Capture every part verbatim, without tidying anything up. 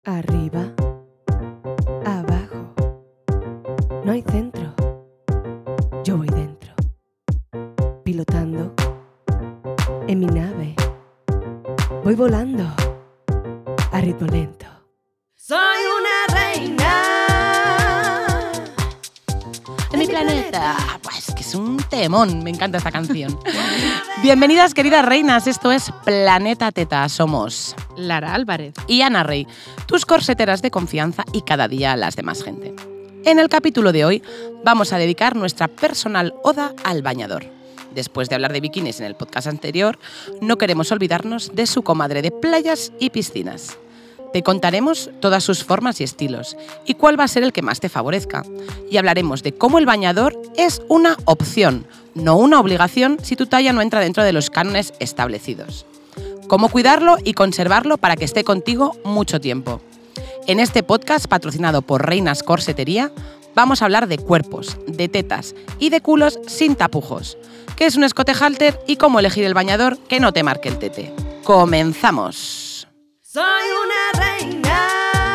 Arriba, abajo, no hay centro, yo voy dentro, pilotando en mi nave, voy volando a ritmo lento. Soy una reina en mi planeta. Pues que es un temón, me encanta esta canción. Bienvenidas, queridas reinas, esto es Planeta Teta. Somos Lara Álvarez y Ana Rey, tus corseteras de confianza y cada día las de más gente. En el capítulo de hoy vamos a dedicar nuestra personal oda al bañador. Después de hablar de bikinis en el podcast anterior, no queremos olvidarnos de su comadre de playas y piscinas. Te contaremos todas sus formas y estilos y cuál va a ser el que más te favorezca. Y hablaremos de cómo el bañador es una opción, no una obligación si tu talla no entra dentro de los cánones establecidos. Cómo cuidarlo y conservarlo para que esté contigo mucho tiempo. En este podcast, patrocinado por Reinas Corsetería, vamos a hablar de cuerpos, de tetas y de culos sin tapujos. ¿Qué es un escote halter y cómo elegir el bañador que no te marque el tete? ¡Comenzamos! Soy una reina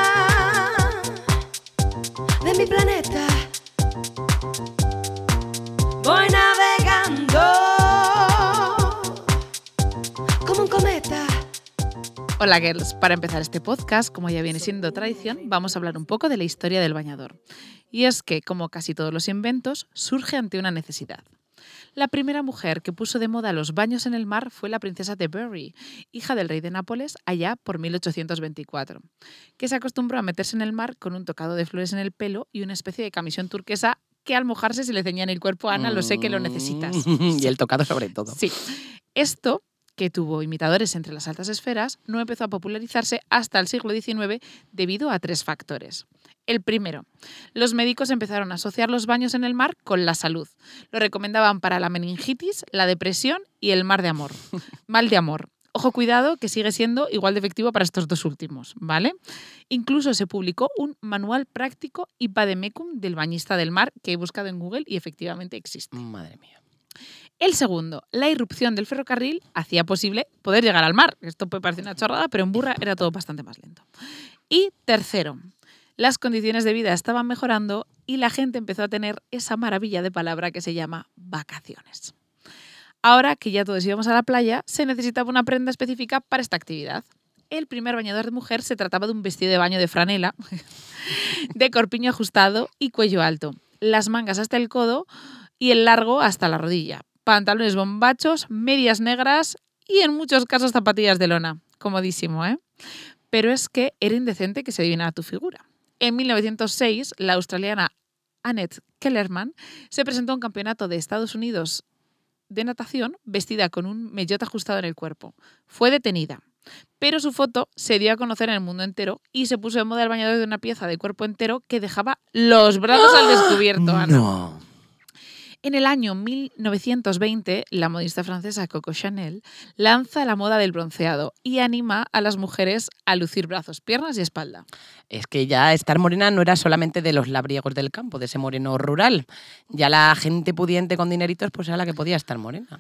de mi planeta. Voy navegando como un cometa. Hola girls, para empezar este podcast, como ya viene siendo tradición, vamos a hablar un poco de la historia del bañador. Y es que, como casi todos los inventos, surge ante una necesidad. La primera mujer que puso de moda los baños en el mar fue la princesa de Berry, hija del rey de Nápoles, allá por mil ochocientos veinticuatro, que se acostumbró a meterse en el mar con un tocado de flores en el pelo y una especie de camisón turquesa que al mojarse se le ceñía en el cuerpo. Ana, lo sé que lo necesitas. Y el tocado sobre todo. Sí. Esto, que tuvo imitadores entre las altas esferas, no empezó a popularizarse hasta el siglo diecinueve debido a tres factores. El primero, los médicos empezaron a asociar los baños en el mar con la salud. Lo recomendaban para la meningitis, la depresión y el mar de amor. Mal de amor. Ojo, cuidado, que sigue siendo igual de efectivo para estos dos últimos, ¿vale? Incluso se publicó un manual práctico y vademecum del bañista del mar que he buscado en Google y efectivamente existe. Madre mía. El segundo, la irrupción del ferrocarril hacía posible poder llegar al mar. Esto puede parecer una chorrada, pero en burra era todo bastante más lento. Y tercero, las condiciones de vida estaban mejorando y la gente empezó a tener esa maravilla de palabra que se llama vacaciones. Ahora que ya todos íbamos a la playa, se necesitaba una prenda específica para esta actividad. El primer bañador de mujer se trataba de un vestido de baño de franela, de corpiño ajustado y cuello alto, las mangas hasta el codo y el largo hasta la rodilla, pantalones bombachos, medias negras y en muchos casos zapatillas de lona. Comodísimo, ¿eh? Pero es que era indecente que se adivinara tu figura. En mil novecientos seis, la australiana Annette Kellerman se presentó a un campeonato de Estados Unidos de natación vestida con un mellot ajustado en el cuerpo. Fue detenida, pero su foto se dio a conocer en el mundo entero y se puso de moda el bañador de una pieza de cuerpo entero que dejaba los brazos al descubierto, Ana. No. En el año mil novecientos veinte, la modista francesa Coco Chanel lanza la moda del bronceado y anima a las mujeres a lucir brazos, piernas y espalda. Es que ya estar morena no era solamente de los labriegos del campo, de ese moreno rural. Ya la gente pudiente con dineritos pues era la que podía estar morena.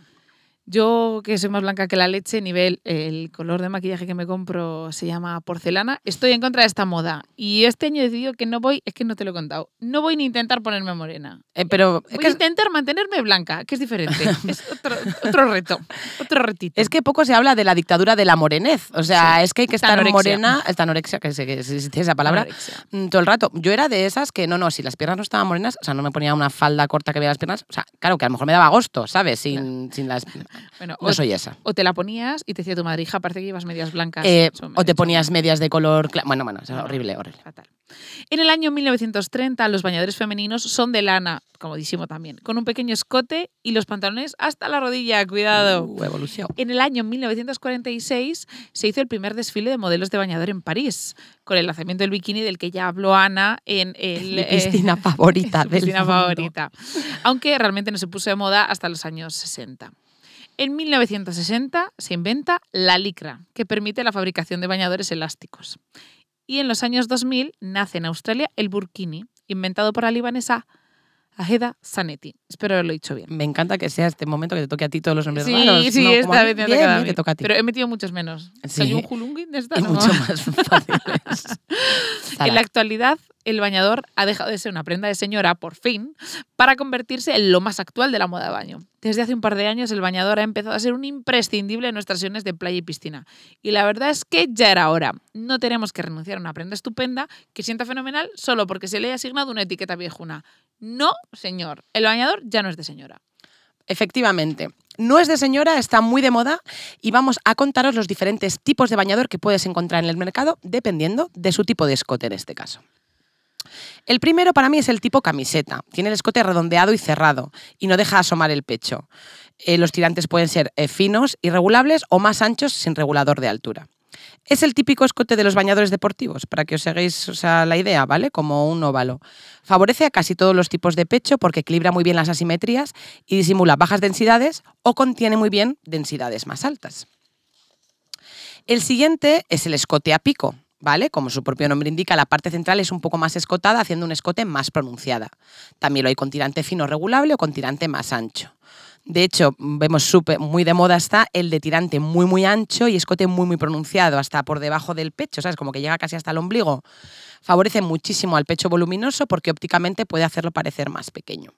Yo, que soy más blanca que la leche, nivel, el color de maquillaje que me compro se llama porcelana, estoy en contra de esta moda. Y este año he decidido que no voy, es que no te lo he contado, no voy ni a intentar ponerme morena. Eh, pero voy es que a intentar mantenerme blanca, que es diferente. Es otro, otro reto, otro retito. Es que poco se habla de la dictadura de la morenez. O sea, sí. Es que hay que estar Anorexia. morena, esta anorexia, que se que existe esa palabra, Anorexia. todo el rato. Yo era de esas que no, no, si las piernas no estaban morenas, o sea, no me ponía una falda corta que veía las piernas, o sea, claro, que a lo mejor me daba agosto, ¿sabes? Sin, claro. sin las... Bueno, no soy esa. O te la ponías y te decía tu madre, hija, parece que llevas medias blancas. Eh, o te ponías medias de color... Bueno, bueno, es no, horrible, horrible. Fatal. En el año mil novecientos treinta, los bañadores femeninos son de lana, comodísimo también, con un pequeño escote y los pantalones hasta la rodilla, cuidado. Uh, evolución. En el año mil novecientos cuarenta y seis se hizo el primer desfile de modelos de bañador en París, con el lanzamiento del bikini del que ya habló Ana en el... Mi piscina eh, favorita. Mi piscina favorita. Aunque realmente no se puso de moda hasta los años sesenta. En mil novecientos sesenta se inventa la licra, que permite la fabricación de bañadores elásticos. Y en los años dos mil nace en Australia el burkini, inventado por la libanesa Ajeda Sanetti. Espero haberlo dicho bien. Me encanta que sea este momento que te toque a ti todos los nombres sí, raros. Sí, ¿no? esta vez me bien, toca a bien, mí. te toca a ti. Pero he metido muchos menos. Sí. Soy un julungui de estas. Y ¿no? mucho más fáciles. En la actualidad, el bañador ha dejado de ser una prenda de señora, por fin, para convertirse en lo más actual de la moda de baño. Desde hace un par de años, el bañador ha empezado a ser un imprescindible en nuestras sesiones de playa y piscina. Y la verdad es que ya era hora. No tenemos que renunciar a una prenda estupenda que sienta fenomenal solo porque se le haya asignado una etiqueta viejuna. No, señor. El bañador ya no es de señora. Efectivamente. No es de señora, está muy de moda y vamos a contaros los diferentes tipos de bañador que puedes encontrar en el mercado dependiendo de su tipo de escote en este caso. El primero para mí es el tipo camiseta. Tiene el escote redondeado y cerrado y no deja asomar el pecho. Eh, los tirantes pueden ser eh, finos y regulables o más anchos sin regulador de altura. Es el típico escote de los bañadores deportivos, para que os hagáis o sea, la idea, ¿vale? Como un óvalo. Favorece a casi todos los tipos de pecho porque equilibra muy bien las asimetrías y disimula bajas densidades o contiene muy bien densidades más altas. El siguiente es el escote a pico, ¿vale? Como su propio nombre indica, la parte central es un poco más escotada, haciendo un escote más pronunciada. También lo hay con tirante fino regulable o con tirante más ancho. De hecho, vemos super, muy de moda está el de tirante muy muy ancho y escote muy muy pronunciado, hasta por debajo del pecho, ¿sabes? Como que llega casi hasta el ombligo. Favorece muchísimo al pecho voluminoso porque ópticamente puede hacerlo parecer más pequeño.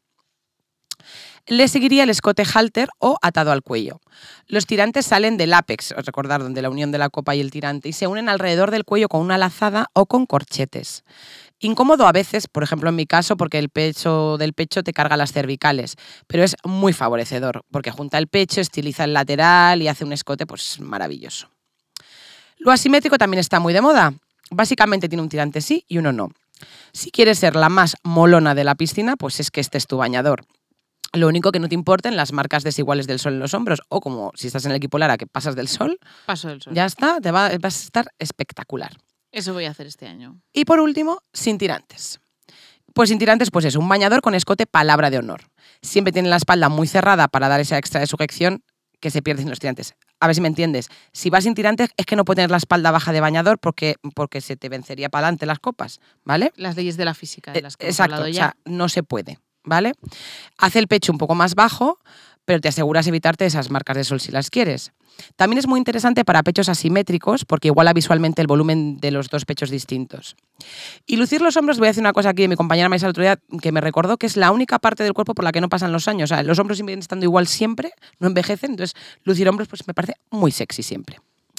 Le seguiría el escote halter o atado al cuello. Los tirantes salen del ápex, os recordar, donde la unión de la copa y el tirante, y se unen alrededor del cuello con una lazada o con corchetes. Incómodo a veces, por ejemplo en mi caso, porque el pecho del pecho te carga las cervicales, pero es muy favorecedor, porque junta el pecho, estiliza el lateral y hace un escote pues maravilloso. Lo asimétrico también está muy de moda. Básicamente tiene un tirante sí y uno no. Si quieres ser la más molona de la piscina, pues es que este es tu bañador. Lo único que no te importen las marcas desiguales del sol en los hombros, o como si estás en el equipo Lara que pasas del sol, Paso del sol. ya está, te va, vas a estar espectacular. Eso voy a hacer este año. Y por último, sin tirantes. Pues sin tirantes, pues es un bañador con escote palabra de honor. Siempre tiene la espalda muy cerrada para dar esa extra de sujeción que se pierde sin los tirantes. A ver si me entiendes. Si vas sin tirantes es que no puedes tener la espalda baja de bañador porque, porque se te vencería para adelante las copas, ¿vale? Las leyes de la física de las que Exacto, hemos hablado ya. o sea, no se puede, ¿vale? Hace el pecho un poco más bajo, pero te aseguras evitarte esas marcas de sol si las quieres. También es muy interesante para pechos asimétricos porque iguala visualmente el volumen de los dos pechos distintos. Y lucir los hombros, voy a decir una cosa aquí de mi compañera Maisa el otro día que me recordó que es la única parte del cuerpo por la que no pasan los años. O sea, los hombros siguen estando igual siempre, no envejecen, entonces lucir hombros pues me parece muy sexy siempre.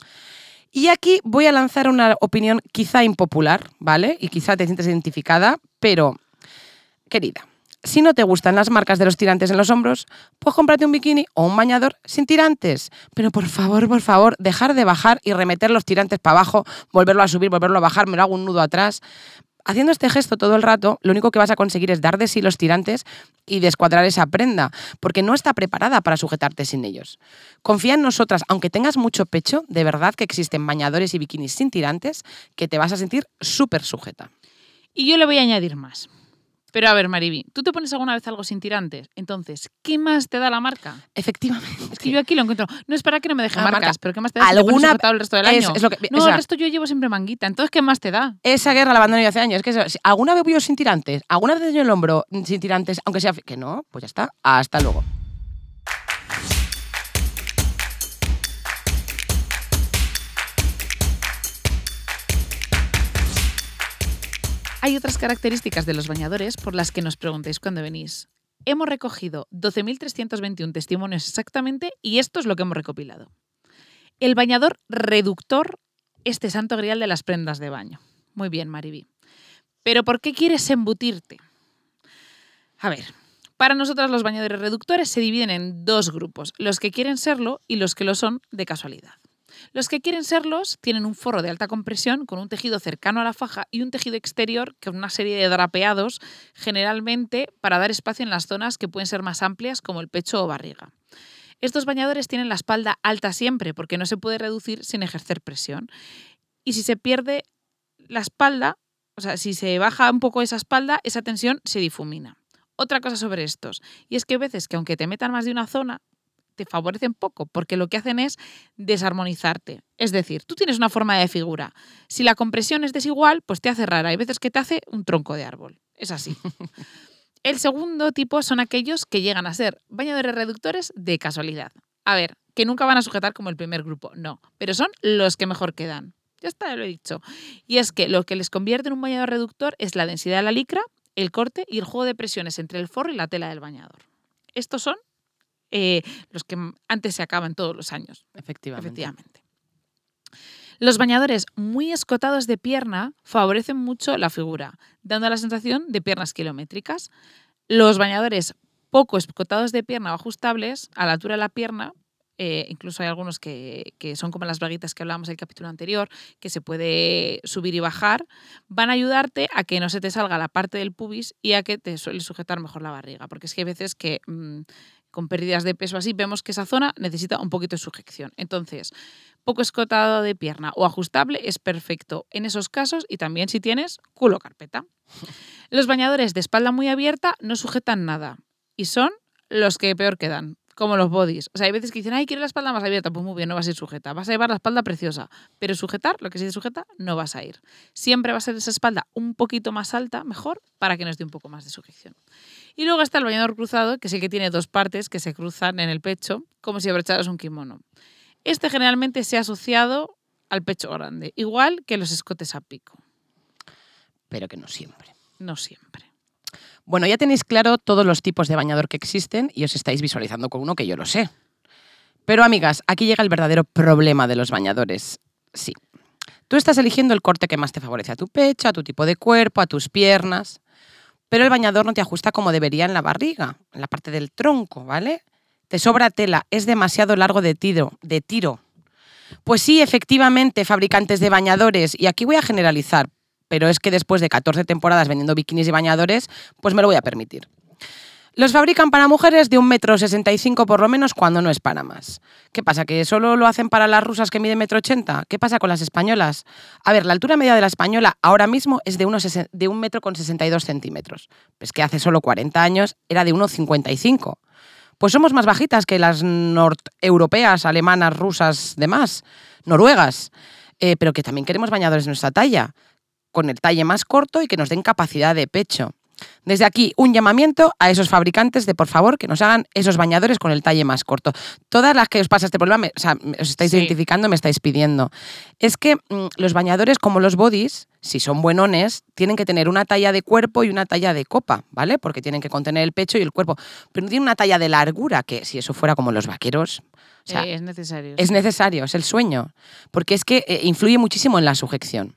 Y aquí voy a lanzar una opinión quizá impopular, ¿vale? Y quizá te sientes identificada, pero, querida, si no te gustan las marcas de los tirantes en los hombros, pues cómprate un bikini o un bañador sin tirantes. Pero por favor, por favor, dejar de bajar y remeter los tirantes para abajo, volverlo a subir, volverlo a bajar, me lo hago un nudo atrás. Haciendo este gesto todo el rato, lo único que vas a conseguir es dar de sí los tirantes y descuadrar esa prenda, porque no está preparada para sujetarte sin ellos. Confía en nosotras, aunque tengas mucho pecho, de verdad que existen bañadores y bikinis sin tirantes que te vas a sentir súper sujeta. Y yo le voy a añadir más. Pero a ver, Mariby, ¿tú te pones alguna vez algo sin tirantes? Entonces, ¿qué más te da la marca? Efectivamente. Es que yo aquí lo encuentro. No es para que no me deje La marcas, marca. pero ¿qué más te da si te pones Alguna- sujetado el resto del es- año? es lo que- no, esa- el resto yo llevo siempre manguita. Entonces, ¿qué más te da? Esa guerra la abandoné yo hace años. Es que eso, si alguna vez voy yo sin tirantes, alguna vez he tenido el hombro sin tirantes, aunque sea... Que no, pues ya está. Hasta luego. Hay otras características de los bañadores por las que nos preguntéis cuando venís. Hemos recogido doce mil trescientos veintiuno testimonios exactamente y esto es lo que hemos recopilado. El bañador reductor, este santo grial de las prendas de baño. Muy bien, Mariby. ¿Pero por qué quieres embutirte? A ver, para nosotras los bañadores reductores se dividen en dos grupos, los que quieren serlo y los que lo son de casualidad. Los que quieren serlos tienen un forro de alta compresión con un tejido cercano a la faja y un tejido exterior con una serie de drapeados, generalmente para dar espacio en las zonas que pueden ser más amplias como el pecho o barriga. Estos bañadores tienen la espalda alta siempre porque no se puede reducir sin ejercer presión. Y si se pierde la espalda, o sea, si se baja un poco esa espalda, esa tensión se difumina. Otra cosa sobre estos, y es que a veces que aunque te metan más de una zona, te favorecen poco, porque lo que hacen es desarmonizarte. Es decir, tú tienes una forma de figura. Si la compresión es desigual, pues te hace rara. Hay veces que te hace un tronco de árbol. Es así. El segundo tipo son aquellos que llegan a ser bañadores reductores de casualidad. A ver, que nunca van a sujetar como el primer grupo, no. Pero son los que mejor quedan. Ya está, ya lo he dicho. Y es que lo que les convierte en un bañador reductor es la densidad de la licra, el corte y el juego de presiones entre el forro y la tela del bañador. Estos son eh, los que antes se acaban todos los años. Efectivamente. Efectivamente. Los bañadores muy escotados de pierna favorecen mucho la figura, dando la sensación de piernas kilométricas. Los bañadores poco escotados de pierna o ajustables a la altura de la pierna, eh, incluso hay algunos que, que son como las braguitas que hablábamos en el capítulo anterior, que se puede subir y bajar, van a ayudarte a que no se te salga la parte del pubis y a que te suele sujetar mejor la barriga, porque es que hay veces que mmm, con pérdidas de peso así vemos que esa zona necesita un poquito de sujeción. Entonces, poco escotado de pierna o ajustable es perfecto en esos casos y también si tienes culo carpeta. Los bañadores de espalda muy abierta no sujetan nada y son los que peor quedan, como los bodies. O sea, hay veces que dicen, ay, quiero la espalda más abierta. Pues muy bien, no vas a ir sujeta. Vas a llevar la espalda preciosa, pero sujetar, lo que sí sujeta, no vas a ir. Siempre va a ser esa espalda un poquito más alta, mejor, para que nos dé un poco más de sujeción. Y luego está el bañador cruzado, que es el que tiene dos partes que se cruzan en el pecho, como si abrocharas un kimono. Este generalmente se ha asociado al pecho grande, igual que los escotes a pico. Pero que no siempre. No siempre. Bueno, ya tenéis claro todos los tipos de bañador que existen y os estáis visualizando con uno que yo lo sé. Pero, amigas, aquí llega el verdadero problema de los bañadores. Sí. Tú estás eligiendo el corte que más te favorece a tu pecho, a tu tipo de cuerpo, a tus piernas, pero el bañador no te ajusta como debería en la barriga, en la parte del tronco, ¿vale? Te sobra tela, es demasiado largo de tiro, de tiro. Pues sí, efectivamente, fabricantes de bañadores, y aquí voy a generalizar, pero es que después de catorce temporadas vendiendo bikinis y bañadores, pues me lo voy a permitir. Los fabrican para mujeres de un metro sesenta y cinco por lo menos cuando no es para más. ¿Qué pasa? ¿Que solo lo hacen para las rusas que miden metro ochenta? ¿Qué pasa con las españolas? A ver, la altura media de la española ahora mismo es de, unos, de un metro con sesenta y dos centímetros. Pues que hace solo cuarenta años era de uno cincuenta y cinco. Pues somos más bajitas que las norteuropeas, alemanas, rusas, demás, noruegas. Eh, pero que también queremos bañadores de nuestra talla, con el talle más corto y que nos den capacidad de pecho. Desde aquí, un llamamiento a esos fabricantes de, por favor, que nos hagan esos bañadores con el talle más corto. Todas las que os pasa este problema, me, o sea, os estáis sí. identificando, me estáis pidiendo. Es que mmm, los bañadores, como los bodies, si son buenones, tienen que tener una talla de cuerpo y una talla de copa, ¿vale? Porque tienen que contener el pecho y el cuerpo. Pero no tienen una talla de largura, que si eso fuera como los vaqueros... O sea, eh, es necesario. Es necesario, es el sueño. Porque es que eh, influye muchísimo en la sujeción.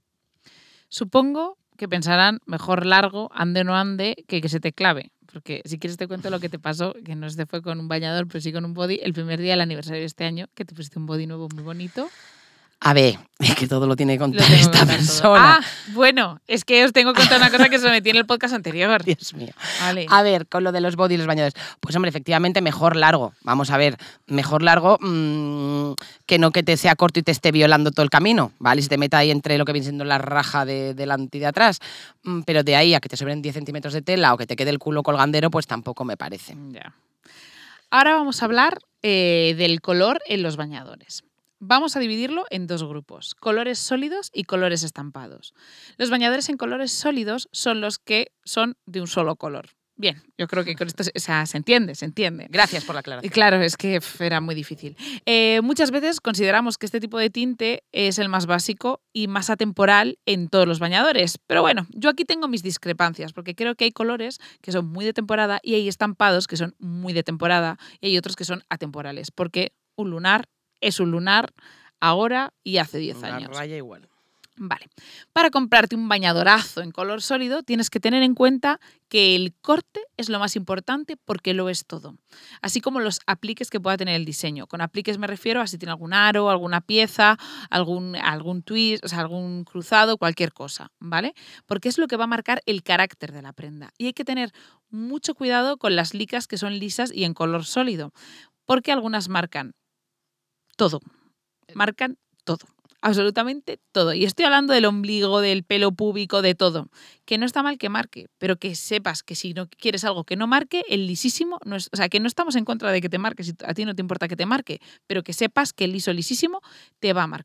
Supongo que pensarán mejor largo, ande o no ande, que que se te clave. Porque si quieres te cuento lo que te pasó, que no se fue con un bañador, pero sí con un body, el primer día del aniversario de este año, que te pusiste un body nuevo muy bonito. A ver, es que todo lo tiene que contar esta persona. Ah, bueno, es que os tengo que contar una cosa que se metí en el podcast anterior. Dios mío. Vale. A ver, con lo de los body y los bañadores. Pues hombre, efectivamente, mejor largo. Vamos a ver, mejor largo mmm, que no que te sea corto y te esté violando todo el camino, ¿vale? Si te meta ahí entre lo que viene siendo la raja de delante y de atrás. Mm, pero de ahí a que te sobren diez centímetros de tela o que te quede el culo colgandero, pues tampoco me parece. Ya. Ahora vamos a hablar eh, del color en los bañadores. Vamos a dividirlo en dos grupos, colores sólidos y colores estampados. Los bañadores en colores sólidos son los que son de un solo color. Bien, yo creo que con esto o sea, se entiende, se entiende. Gracias por la aclaración. Y claro, es que pff, era muy difícil. Eh, muchas veces consideramos que este tipo de tinte es el más básico y más atemporal en todos los bañadores. Pero bueno, yo aquí tengo mis discrepancias porque creo que hay colores que son muy de temporada y hay estampados que son muy de temporada y hay otros que son atemporales. Porque un lunar es un lunar ahora y hace diez años. Una raya igual. Vale. Para comprarte un bañadorazo en color sólido tienes que tener en cuenta que el corte es lo más importante porque lo es todo. Así como los apliques que pueda tener el diseño. Con apliques me refiero a si tiene algún aro, alguna pieza, algún, algún twist, o sea, algún cruzado, cualquier cosa, ¿vale? Porque es lo que va a marcar el carácter de la prenda. Y hay que tener mucho cuidado con las licas que son lisas y en color sólido. Porque algunas marcan todo. Marcan todo. Absolutamente todo. Y estoy hablando del ombligo, del pelo púbico, de todo. Que no está mal que marque, pero que sepas que si no quieres algo que no marque, el lisísimo, no es, o sea, que no estamos en contra de que te marque, si a ti no te importa que te marque, pero que sepas que el liso lisísimo te va a marcar.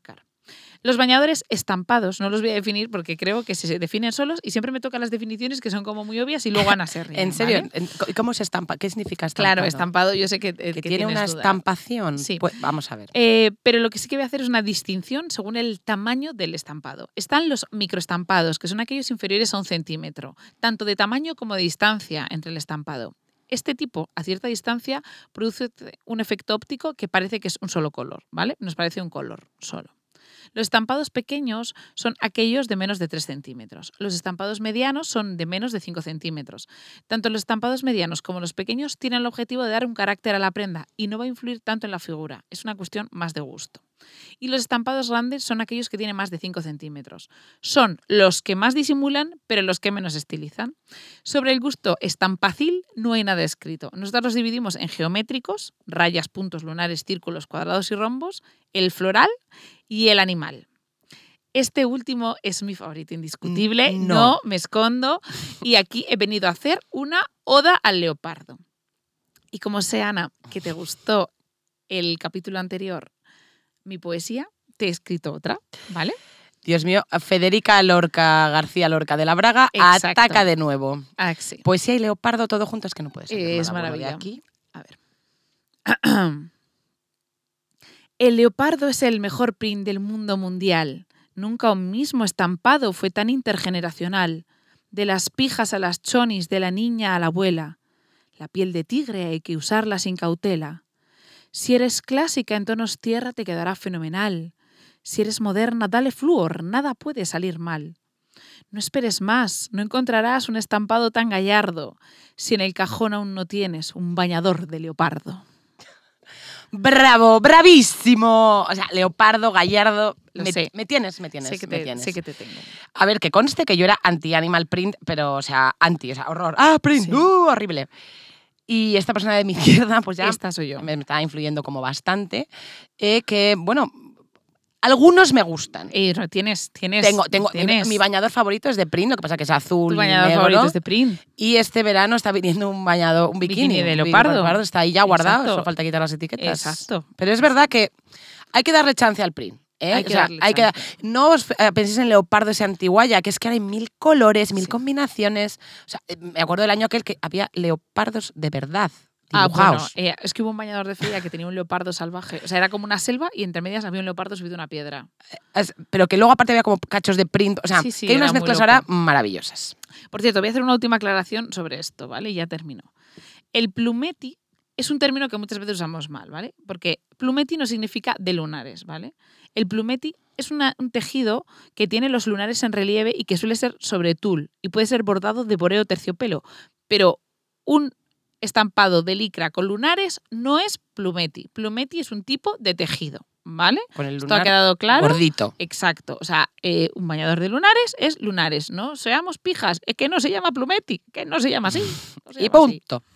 Los bañadores estampados, no los voy a definir porque creo que se definen solos y siempre me tocan las definiciones que son como muy obvias y luego van a ser. ¿En serio? ¿vale? ¿Cómo se estampa? ¿Qué significa estampado? Claro, estampado, yo sé que, que, que tiene una duda. estampación. Sí. Pues vamos a ver. Eh, pero lo que sí que voy a hacer es una distinción según el tamaño del estampado. Están los microestampados, que son aquellos inferiores a un centímetro, tanto de tamaño como de distancia entre el estampado. Este tipo, a cierta distancia, produce un efecto óptico que parece que es un solo color, ¿vale? Nos parece un color solo. Los estampados pequeños son aquellos de menos de tres centímetros. Los estampados medianos son de menos de cinco centímetros. Tanto los estampados medianos como los pequeños tienen el objetivo de dar un carácter a la prenda y no va a influir tanto en la figura. Es una cuestión más de gusto. Y los estampados grandes son aquellos que tienen más de cinco centímetros. Son los que más disimulan, pero los que menos estilizan. Sobre el gusto estampacil no hay nada escrito. Nosotros los dividimos en geométricos, rayas, puntos, lunares, círculos, cuadrados y rombos, el floral y el animal. Este último es mi favorito indiscutible, no. no me escondo, y aquí he venido a hacer una oda al leopardo. Y como sé, Ana, que te gustó el capítulo anterior, mi poesía, te he escrito otra, ¿vale? Dios mío, Federica Lorca García Lorca de la Braga Exacto. ataca de nuevo. Ah, sí. Poesía y leopardo todo junto es que no puede ser. Es maravilloso. Aquí. A ver. El leopardo es el mejor print del mundo mundial. Nunca un mismo estampado fue tan intergeneracional. De las pijas a las chonis, de la niña a la abuela. La piel de tigre hay que usarla sin cautela. Si eres clásica en tonos tierra te quedará fenomenal. Si eres moderna, dale flúor, nada puede salir mal. No esperes más, no encontrarás un estampado tan gallardo si en el cajón aún no tienes un bañador de leopardo. ¡Bravo! ¡Bravísimo! O sea, leopardo, gallardo... Lo me, sé. me tienes, me tienes, sé que me te, tienes. Sé que te tengo. A ver, que conste que yo era anti-animal print, pero, o sea, anti, o sea, horror. ¡Ah, print! Sí. ¡Uh, horrible! Y esta persona de mi izquierda, pues ya Esta soy yo. me está influyendo como bastante. Eh, que, bueno, algunos me gustan. Eh, no, tienes, tienes, tengo, tengo, tienes. Mi, mi bañador favorito es de print, lo que pasa que es azul Tu y bañador negro. favorito es de print. Y este verano está viniendo un bañador, un bikini. Bikini de un leopardo. bikini de leopardo. Está ahí ya guardado, Exacto. solo falta quitar las etiquetas. Exacto. Pero es verdad que hay que darle chance al print. ¿Eh? Hay que o sea, darle hay que chance. da- no os eh, penséis en leopardo ese antiguaya, que es que ahora hay mil colores, mil Sí. combinaciones. O sea, eh, me acuerdo del año aquel que había leopardos de verdad. Ah, bueno, Dibujaos. eh, es que hubo un bañador de feria que tenía un leopardo salvaje. O sea, era como una selva y entre medias había un leopardo subido a una piedra. Es- pero que luego aparte había como cachos de print. O sea, Sí, sí, que hay era unas muy mezclas loco. ahora maravillosas. Por cierto, voy a hacer una última aclaración sobre esto, ¿vale? Y ya termino. El plumeti es un término que muchas veces usamos mal, ¿vale? Porque plumeti no significa de lunares, ¿vale? El plumeti es una- un tejido que tiene los lunares en relieve y que suele ser sobre tul y puede ser bordado de boreo terciopelo. Pero un estampado de licra con lunares no es plumeti. Plumeti es un tipo de tejido, ¿vale? Con el ¿Esto lunar ha quedado claro? gordito. Exacto. O sea, eh, un bañador de lunares es lunares, ¿no? Seamos pijas. Es que no se llama plumeti, que no se llama así. No se Y llama así. punto.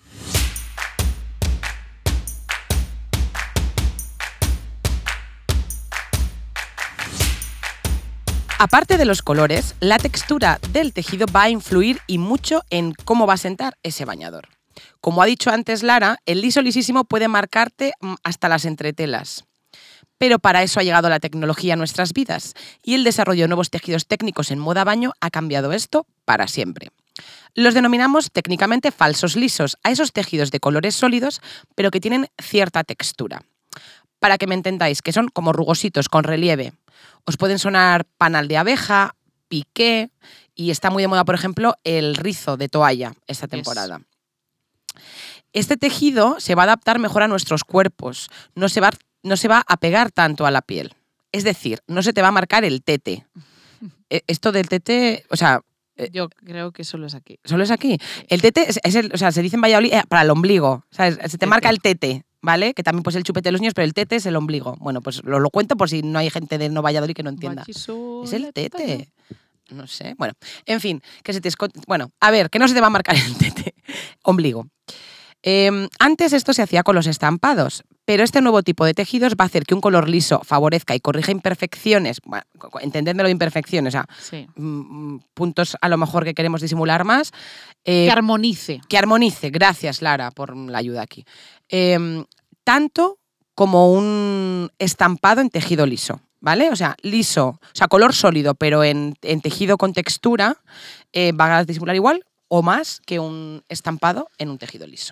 Aparte de los colores, la textura del tejido va a influir y mucho en cómo va a sentar ese bañador. Como ha dicho antes Lara, el liso lisísimo puede marcarte mm, hasta las entretelas. Pero para eso ha llegado la tecnología a nuestras vidas y el desarrollo de nuevos tejidos técnicos en moda baño ha cambiado esto para siempre. Los denominamos técnicamente falsos lisos, a esos tejidos de colores sólidos, pero que tienen cierta textura. Para que me entendáis, que son como rugositos con relieve. Os pueden sonar panal de abeja, piqué, y está muy de moda, por ejemplo, el rizo de toalla esta temporada. Este tejido se va a adaptar mejor a nuestros cuerpos, no se va, no se va a pegar tanto a la piel. Es decir, no se te va a marcar el tete. Eh, Esto del tete, o sea, Yo creo que solo es aquí. solo es aquí. El tete, es, es el, o sea, se dice en Valladolid eh, para el ombligo. ¿Sabes? Se te Tete. marca el tete, ¿vale? Que también pues el chupete de los niños, pero el tete es el ombligo. Bueno, pues lo, lo cuento por si no hay gente de no Valladolid que no entienda. Es el tete. No sé. Bueno, en fin, que se te esconde. Bueno, a ver, que no se te va a marcar el tete. Ombligo. Eh, antes esto se hacía con los estampados, pero este nuevo tipo de tejidos va a hacer que un color liso favorezca y corrija imperfecciones, bueno, entendedmelo, imperfecciones, o sea, Sí. mm, puntos a lo mejor que queremos disimular más. eh, Que armonice. que armonice, gracias Lara por la ayuda aquí, eh, tanto como un estampado en tejido liso, ¿vale? O sea, liso, o sea, color sólido, pero en, en tejido con textura, eh, va a disimular igual o más que un estampado en un tejido liso.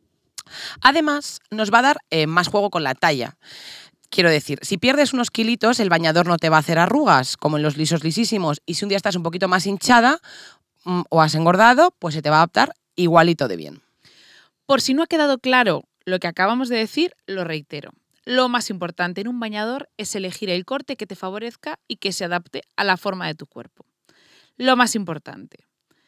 Además, nos va a dar eh, más juego con la talla. Quiero decir, si pierdes unos kilitos, el bañador no te va a hacer arrugas, como en los lisos lisísimos, y si un día estás un poquito más hinchada mmm, o has engordado, pues se te va a adaptar igualito de bien. Por si no ha quedado claro lo que acabamos de decir, lo reitero. Lo más importante en un bañador es elegir el corte que te favorezca y que se adapte a la forma de tu cuerpo. Lo más importante.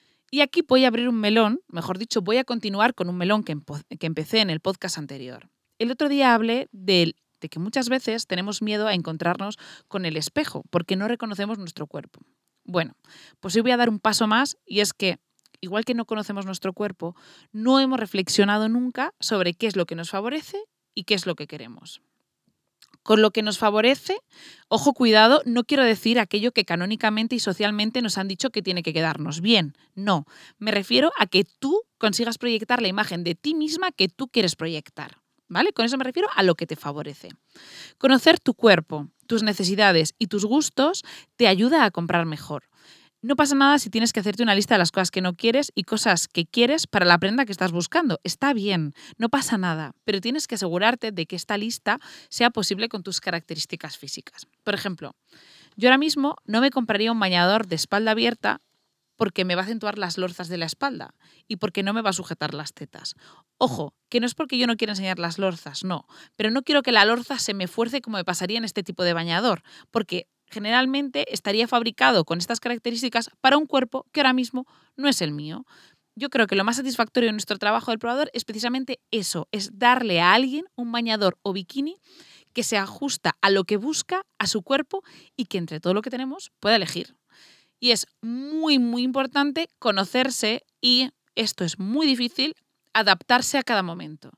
Y aquí voy a abrir un melón, mejor dicho, voy a continuar con un melón que, empo- que empecé en el podcast anterior. El otro día hablé de, de que muchas veces tenemos miedo a encontrarnos con el espejo porque no reconocemos nuestro cuerpo. Bueno, pues hoy voy a dar un paso más y es que, igual que no conocemos nuestro cuerpo, no hemos reflexionado nunca sobre qué es lo que nos favorece y qué es lo que queremos. Con lo que nos favorece, ojo, cuidado, no quiero decir aquello que canónicamente y socialmente nos han dicho que tiene que quedarnos bien. No, me refiero a que tú consigas proyectar la imagen de ti misma que tú quieres proyectar, ¿vale? Con eso me refiero a lo que te favorece. Conocer tu cuerpo, tus necesidades y tus gustos te ayuda a comprar mejor. No pasa nada si tienes que hacerte una lista de las cosas que no quieres y cosas que quieres para la prenda que estás buscando. Está bien, no pasa nada, pero tienes que asegurarte de que esta lista sea posible con tus características físicas. Por ejemplo, yo ahora mismo no me compraría un bañador de espalda abierta porque me va a acentuar las lorzas de la espalda y porque no me va a sujetar las tetas. Ojo, que no es porque yo no quiera enseñar las lorzas, no, pero no quiero que la lorza se me fuerce como me pasaría en este tipo de bañador, porque generalmente estaría fabricado con estas características para un cuerpo que ahora mismo no es el mío. Yo creo que lo más satisfactorio de nuestro trabajo del probador es precisamente eso, es darle a alguien un bañador o bikini que se ajusta a lo que busca, a su cuerpo y que entre todo lo que tenemos pueda elegir. Y es muy, muy importante conocerse y, esto es muy difícil, adaptarse a cada momento.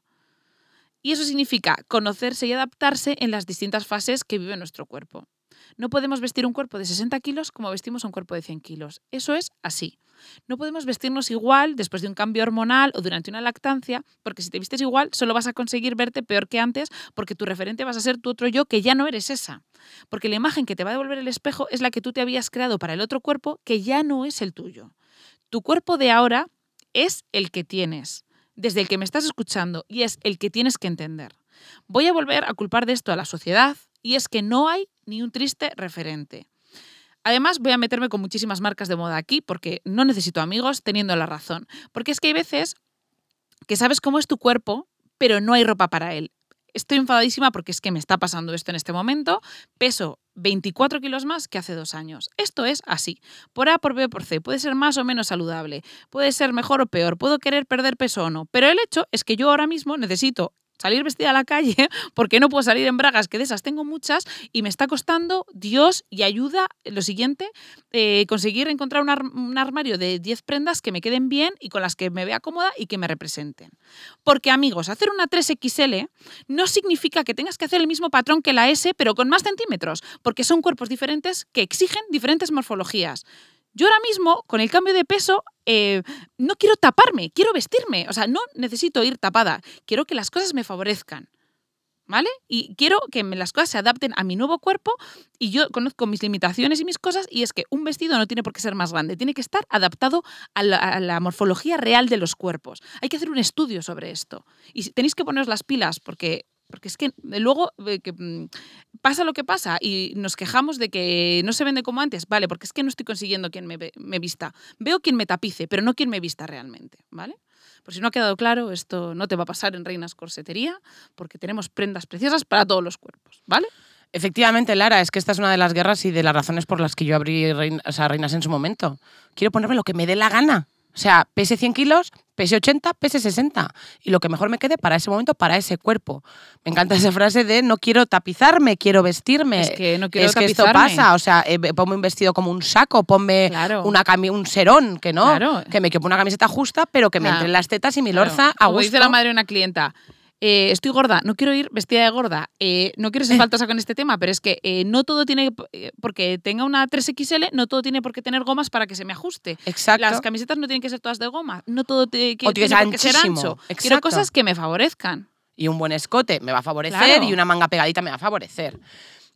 Y eso significa conocerse y adaptarse en las distintas fases que vive nuestro cuerpo. No podemos vestir un cuerpo de sesenta kilos como vestimos un cuerpo de cien kilos. Eso es así. No podemos vestirnos igual después de un cambio hormonal o durante una lactancia, porque si te vistes igual solo vas a conseguir verte peor que antes porque tu referente vas a ser tu otro yo que ya no eres esa. Porque la imagen que te va a devolver el espejo es la que tú te habías creado para el otro cuerpo que ya no es el tuyo. Tu cuerpo de ahora es el que tienes, desde el que me estás escuchando, y es el que tienes que entender. Voy a volver a culpar de esto a la sociedad, y es que no hay ni un triste referente. Además, voy a meterme con muchísimas marcas de moda aquí porque no necesito amigos teniendo la razón. Porque es que hay veces que sabes cómo es tu cuerpo, pero no hay ropa para él. Estoy enfadadísima porque es que me está pasando esto en este momento. Peso veinticuatro kilos más que hace dos años. Esto es así. Por A, por B, por C. Puede ser más o menos saludable. Puede ser mejor o peor. Puedo querer perder peso o no. Pero el hecho es que yo ahora mismo necesito salir vestida a la calle porque no puedo salir en bragas, que de esas tengo muchas, y me está costando Dios y ayuda, lo siguiente, eh, conseguir encontrar un, ar un armario de diez prendas que me queden bien y con las que me vea cómoda y que me representen. Porque, amigos, hacer una tres equis ele no significa que tengas que hacer el mismo patrón que la ese, pero con más centímetros, porque son cuerpos diferentes que exigen diferentes morfologías. Yo ahora mismo, con el cambio de peso, eh, no quiero taparme, quiero vestirme. O sea, no necesito ir tapada. Quiero que las cosas me favorezcan, ¿vale? Y quiero que me, las cosas se adapten a mi nuevo cuerpo y yo conozco mis limitaciones y mis cosas y es que un vestido no tiene por qué ser más grande, tiene que estar adaptado a la, a la morfología real de los cuerpos. Hay que hacer un estudio sobre esto. Y tenéis que poneros las pilas porque... Porque es que luego eh, que, mm, pasa lo que pasa y nos quejamos de que no se vende como antes. Vale, porque es que no estoy consiguiendo quien me, me vista. Veo quien me tapice, pero no quien me vista realmente, ¿vale? Por si no ha quedado claro, esto no te va a pasar en Reinas Corsetería porque tenemos prendas preciosas para todos los cuerpos, ¿vale? Efectivamente, Lara, es que esta es una de las guerras y de las razones por las que yo abrí rein, o sea, Reinas en su momento. Quiero ponerme lo que me dé la gana. O sea, pese cien kilos, pese ochenta, pese sesenta. Y lo que mejor me quede para ese momento, para ese cuerpo. Me encanta esa frase de no quiero tapizarme, quiero vestirme. Es que no quiero es que tapizarme. esto pasa. O sea, eh, ponme un vestido como un saco, ponme claro. una cami un serón, que no. Claro. Que me quepo una camiseta justa, pero que me claro. entren las tetas y mi claro. lorza a Como gusto. dice la madre de una clienta. Eh, estoy gorda, no quiero ir vestida de gorda, eh, no quiero ser faltosa con este tema, pero es que eh, no todo tiene, eh, porque tenga una tres equis ele, no todo tiene por qué tener gomas para que se me ajuste. Exacto. Las camisetas no tienen que ser todas de goma, no todo te, que, o tiene por qué ser ancho. Exacto. Quiero cosas que me favorezcan. Y un buen escote me va a favorecer claro. y una manga pegadita me va a favorecer.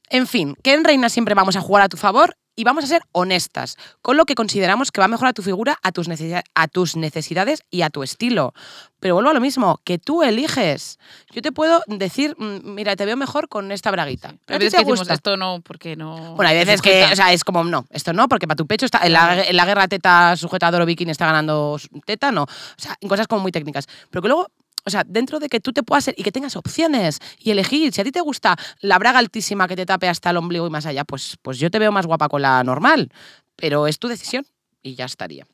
En fin, que en Reina siempre vamos a jugar a tu favor y vamos a ser honestas con lo que consideramos que va a mejorar tu figura a tus, necesi- a tus necesidades y a tu estilo. Pero vuelvo a lo mismo, que tú eliges. Yo te puedo decir, mira, te veo mejor con esta braguita. Sí, Pero a pero ti es te que gusta. decimos esto no, porque no... Bueno, hay veces que, sujeta. o sea, es como, no, esto no, porque para tu pecho está, en la, en la guerra teta sujetador o bikini está ganando teta, no. O sea, en cosas como muy técnicas. Pero que luego, o sea, dentro de que tú te puedas ser y que tengas opciones y elegir, si a ti te gusta la braga altísima que te tape hasta el ombligo y más allá, pues, pues yo te veo más guapa con la normal. Pero es tu decisión y ya estaría.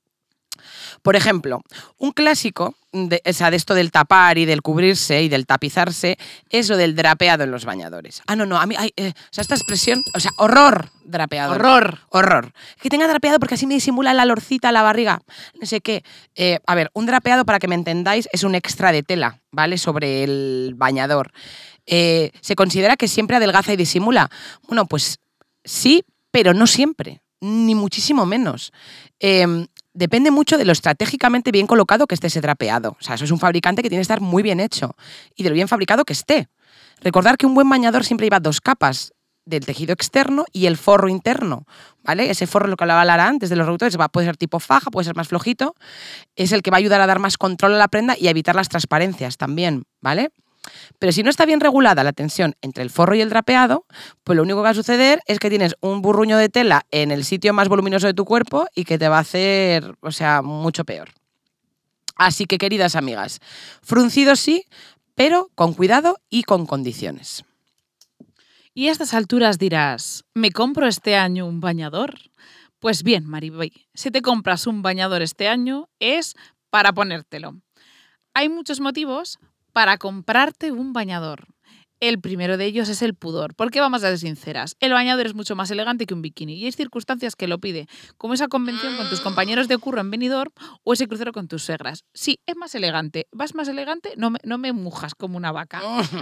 Por ejemplo, un clásico de, o sea, de esto del tapar y del cubrirse y del tapizarse es lo del drapeado en los bañadores. Ah, no, no, a mí, ay, eh, o sea, esta expresión, o sea, horror drapeado. Horror. Horror. Que tenga drapeado porque así me disimula la lorcita, la barriga, no sé qué. Eh, a ver, un drapeado, para que me entendáis, es un extra de tela, ¿vale? Sobre el bañador. Eh, ¿Se considera que siempre adelgaza y disimula? Bueno, pues sí, pero no siempre, ni muchísimo menos. Eh, Depende mucho de lo estratégicamente bien colocado que esté ese drapeado. O sea, eso es un fabricante que tiene que estar muy bien hecho y de lo bien fabricado que esté. Recordar que un buen bañador siempre lleva dos capas, del tejido externo y el forro interno, ¿vale? Ese forro, lo que hablaba Lara antes de los reductores, va, puede ser tipo faja, puede ser más flojito, es el que va a ayudar a dar más control a la prenda y a evitar las transparencias también, ¿vale? Pero si no está bien regulada la tensión entre el forro y el drapeado, pues lo único que va a suceder es que tienes un burruño de tela en el sitio más voluminoso de tu cuerpo y que te va a hacer, o sea, mucho peor. Así que, queridas amigas, fruncido sí, pero con cuidado y con condiciones. Y a estas alturas dirás, ¿me compro este año un bañador? Pues bien, Mariboy, si te compras un bañador este año es para ponértelo. Hay muchos motivos para comprarte un bañador. El primero de ellos es el pudor, porque vamos a ser sinceras, el bañador es mucho más elegante que un bikini y hay circunstancias que lo pide, como esa convención con tus compañeros de curro en Benidorm o ese crucero con tus suegras. Sí, es más elegante. ¿Vas más elegante? No me, no me mujas como una vaca.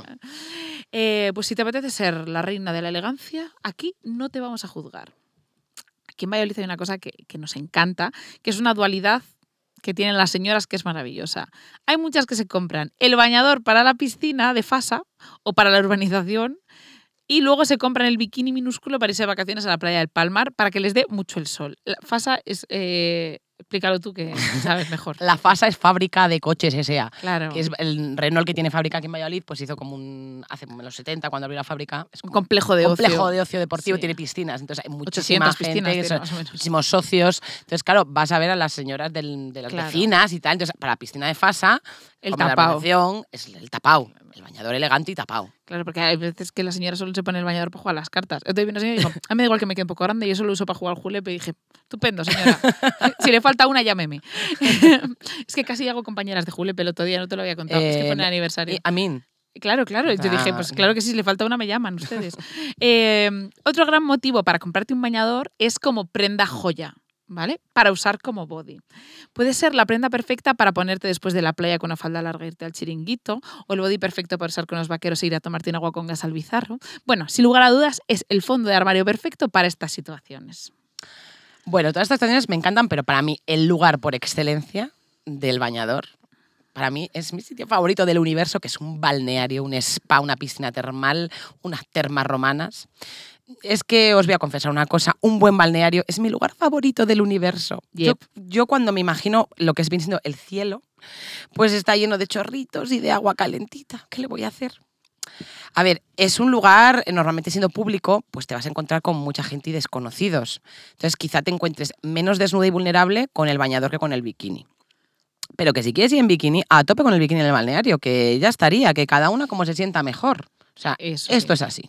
eh, pues si te apetece ser la reina de la elegancia, aquí no te vamos a juzgar. Aquí en Valladolid hay una cosa que, que nos encanta, que es una dualidad que tienen las señoras, que es maravillosa. Hay muchas que se compran el bañador para la piscina de Fasa o para la urbanización y luego se compran el bikini minúsculo para irse de vacaciones a la playa del Palmar para que les dé mucho el sol. La Fasa es... Eh, explícalo tú que sabes mejor. La Fasa es fábrica de coches S A. Claro. Que es el Renault que tiene fábrica aquí en Valladolid, pues hizo como un... Hace como en los setenta, cuando abrió la fábrica. Es un complejo de un ocio. complejo de ocio deportivo, Sí. tiene piscinas. Entonces hay muchísima ochocientas gente, piscinas que tiene, son más o menos. muchísimos socios. Entonces, claro, vas a ver a las señoras del, de las Claro. vecinas y tal. Entonces, para la piscina de Fasa, El como la tapao. urbanización, es el tapao. El bañador elegante y tapao. Claro, porque hay veces que la señora solo se pone el bañador para jugar a las cartas. Entonces viene una señora y dijo, a mí me da igual que me quede un poco grande, yo solo lo uso para jugar al julepe. Y dije, estupendo, señora. Si le falta una, llámeme. Es que casi hago compañeras de julepe el otro día, no te lo había contado. es que fue en el Eh, aniversario. Y, Amin. Claro, claro. Yo dije, pues claro que sí, si le falta una, me llaman ustedes. Eh, otro gran motivo para comprarte un bañador es como prenda joya, ¿vale? Para usar como body. Puede ser la prenda perfecta para ponerte después de la playa con una falda larga e irte al chiringuito, o el body perfecto para usar con los vaqueros e ir a tomarte un agua con gas al bizarro. Bueno, sin lugar a dudas, es el fondo de armario perfecto para estas situaciones. Bueno, todas estas situaciones me encantan, pero para mí el lugar por excelencia del bañador, para mí es mi sitio favorito del universo, que es un balneario, un spa, una piscina termal, unas termas romanas. Es que os voy a confesar una cosa, un buen balneario es mi lugar favorito del universo. Yep. Yo, yo cuando me imagino lo que es bien siendo el cielo, pues está lleno de chorritos y de agua calentita. ¿Qué le voy a hacer? A ver, es un lugar, normalmente siendo público, pues te vas a encontrar con mucha gente y desconocidos. Entonces quizá te encuentres menos desnuda y vulnerable con el bañador que con el bikini. Pero que si quieres ir en bikini, a tope con el bikini en el balneario, que ya estaría, que cada una como se sienta mejor. O sea, Eso esto sí. es así.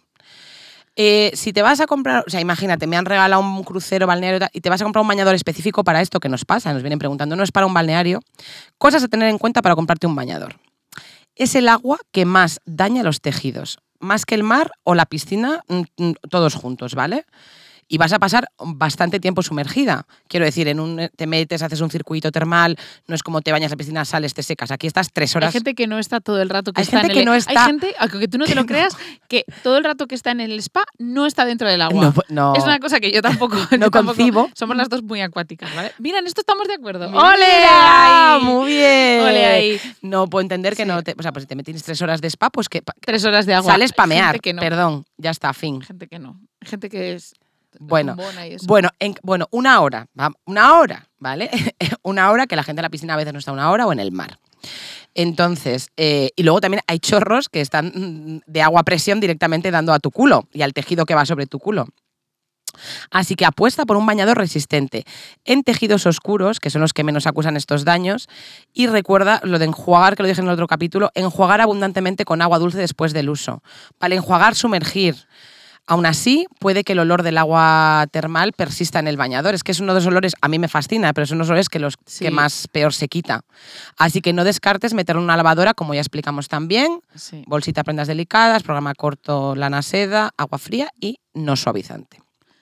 Eh, si te vas a comprar, o sea, imagínate, me han regalado un crucero balneario y tal, y te vas a comprar un bañador específico para esto, que nos pasa, nos vienen preguntando, no es para un balneario. Cosas a tener en cuenta para comprarte un bañador. Es el agua que más daña los tejidos, más que el mar o la piscina, mm, mm, todos juntos, ¿vale? y vas a pasar bastante tiempo sumergida. Quiero decir, en un, te metes, haces un circuito termal, no es como te bañas a la piscina, sales, te secas. Aquí estás tres horas. Hay gente que no está todo el rato que Hay está gente en el... que no está... Hay gente, aunque tú no te lo creas, que todo el rato que está en el spa no está dentro del agua. No, no. Es una cosa que yo tampoco... No yo tampoco- concibo. Somos las dos muy acuáticas, ¿vale? Mira, en esto estamos de acuerdo. ¡Mira! ¡Ole! Ahí! ¡Muy bien! ¡Ole ahí! No puedo entender que Sí. no te... O sea, pues si te metes tres horas de spa, pues que... Tres horas de agua. Sales pa' Hay gente mear. que no. Perdón, ya está, fin. Gente que no. Hay gente que es... Bueno, bombona y eso. Bueno, en- bueno, una hora, va- una hora, ¿vale? Una hora, que la gente en la piscina a veces no está una hora, o en el mar. Entonces, eh, y luego también hay chorros que están mm, de agua a presión directamente dando a tu culo y al tejido que va sobre tu culo. Así que apuesta por un bañador resistente en tejidos oscuros, que son los que menos acusan estos daños, y recuerda lo de enjuagar, que lo dije en el otro capítulo, enjuagar abundantemente con agua dulce después del uso. Vale, enjuagar, sumergir. Aún así, puede que el olor del agua termal persista en el bañador. Es que es uno de los olores, a mí me fascina, pero son unos olores que los Sí. que más peor se quita. Así que no descartes meterlo en una lavadora, como ya explicamos también. Sí. Bolsita de prendas delicadas, programa corto lana seda, agua fría y no suavizante.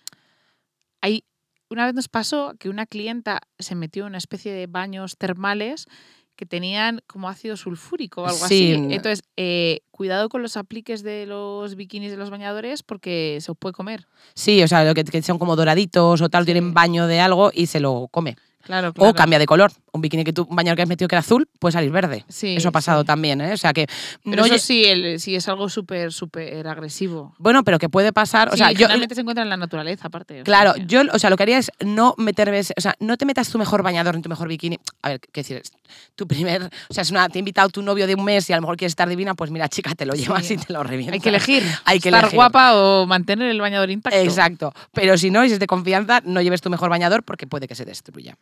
Hay, una vez nos pasó que una clienta se metió en una especie de baños termales que tenían como ácido sulfúrico o algo Sí. así. Entonces, eh, cuidado con los apliques de los bikinis de los bañadores porque se os puede comer. Sí, o sea, lo que, que son como doraditos o tal, Sí. tienen baño de algo y se lo come. Claro, claro. O cambia de color. Un bikini que tú, un bañador que has metido que era azul, puede salir verde. Sí, Eso ha pasado sí. también, ¿eh? O sea que... Pero no eso lle- sí, el- sí es algo súper, súper agresivo. Bueno, pero que puede pasar... O Sí, sea, yo, generalmente se encuentra en la naturaleza, aparte. o sea Claro, que- yo, o sea, lo que haría es no meterme, o sea, no te metas tu mejor bañador en tu mejor bikini. A ver, qué decir, es tu primer, o sea, es una, te ha invitado tu novio de un mes y a lo mejor quieres estar divina, pues mira, chica, te lo llevas Sí. y te lo revientas. Hay que elegir. Hay que estar elegir. guapa o mantener el bañador intacto. Exacto. Pero si no, y si es de confianza, no lleves tu mejor bañador porque puede que se destruya.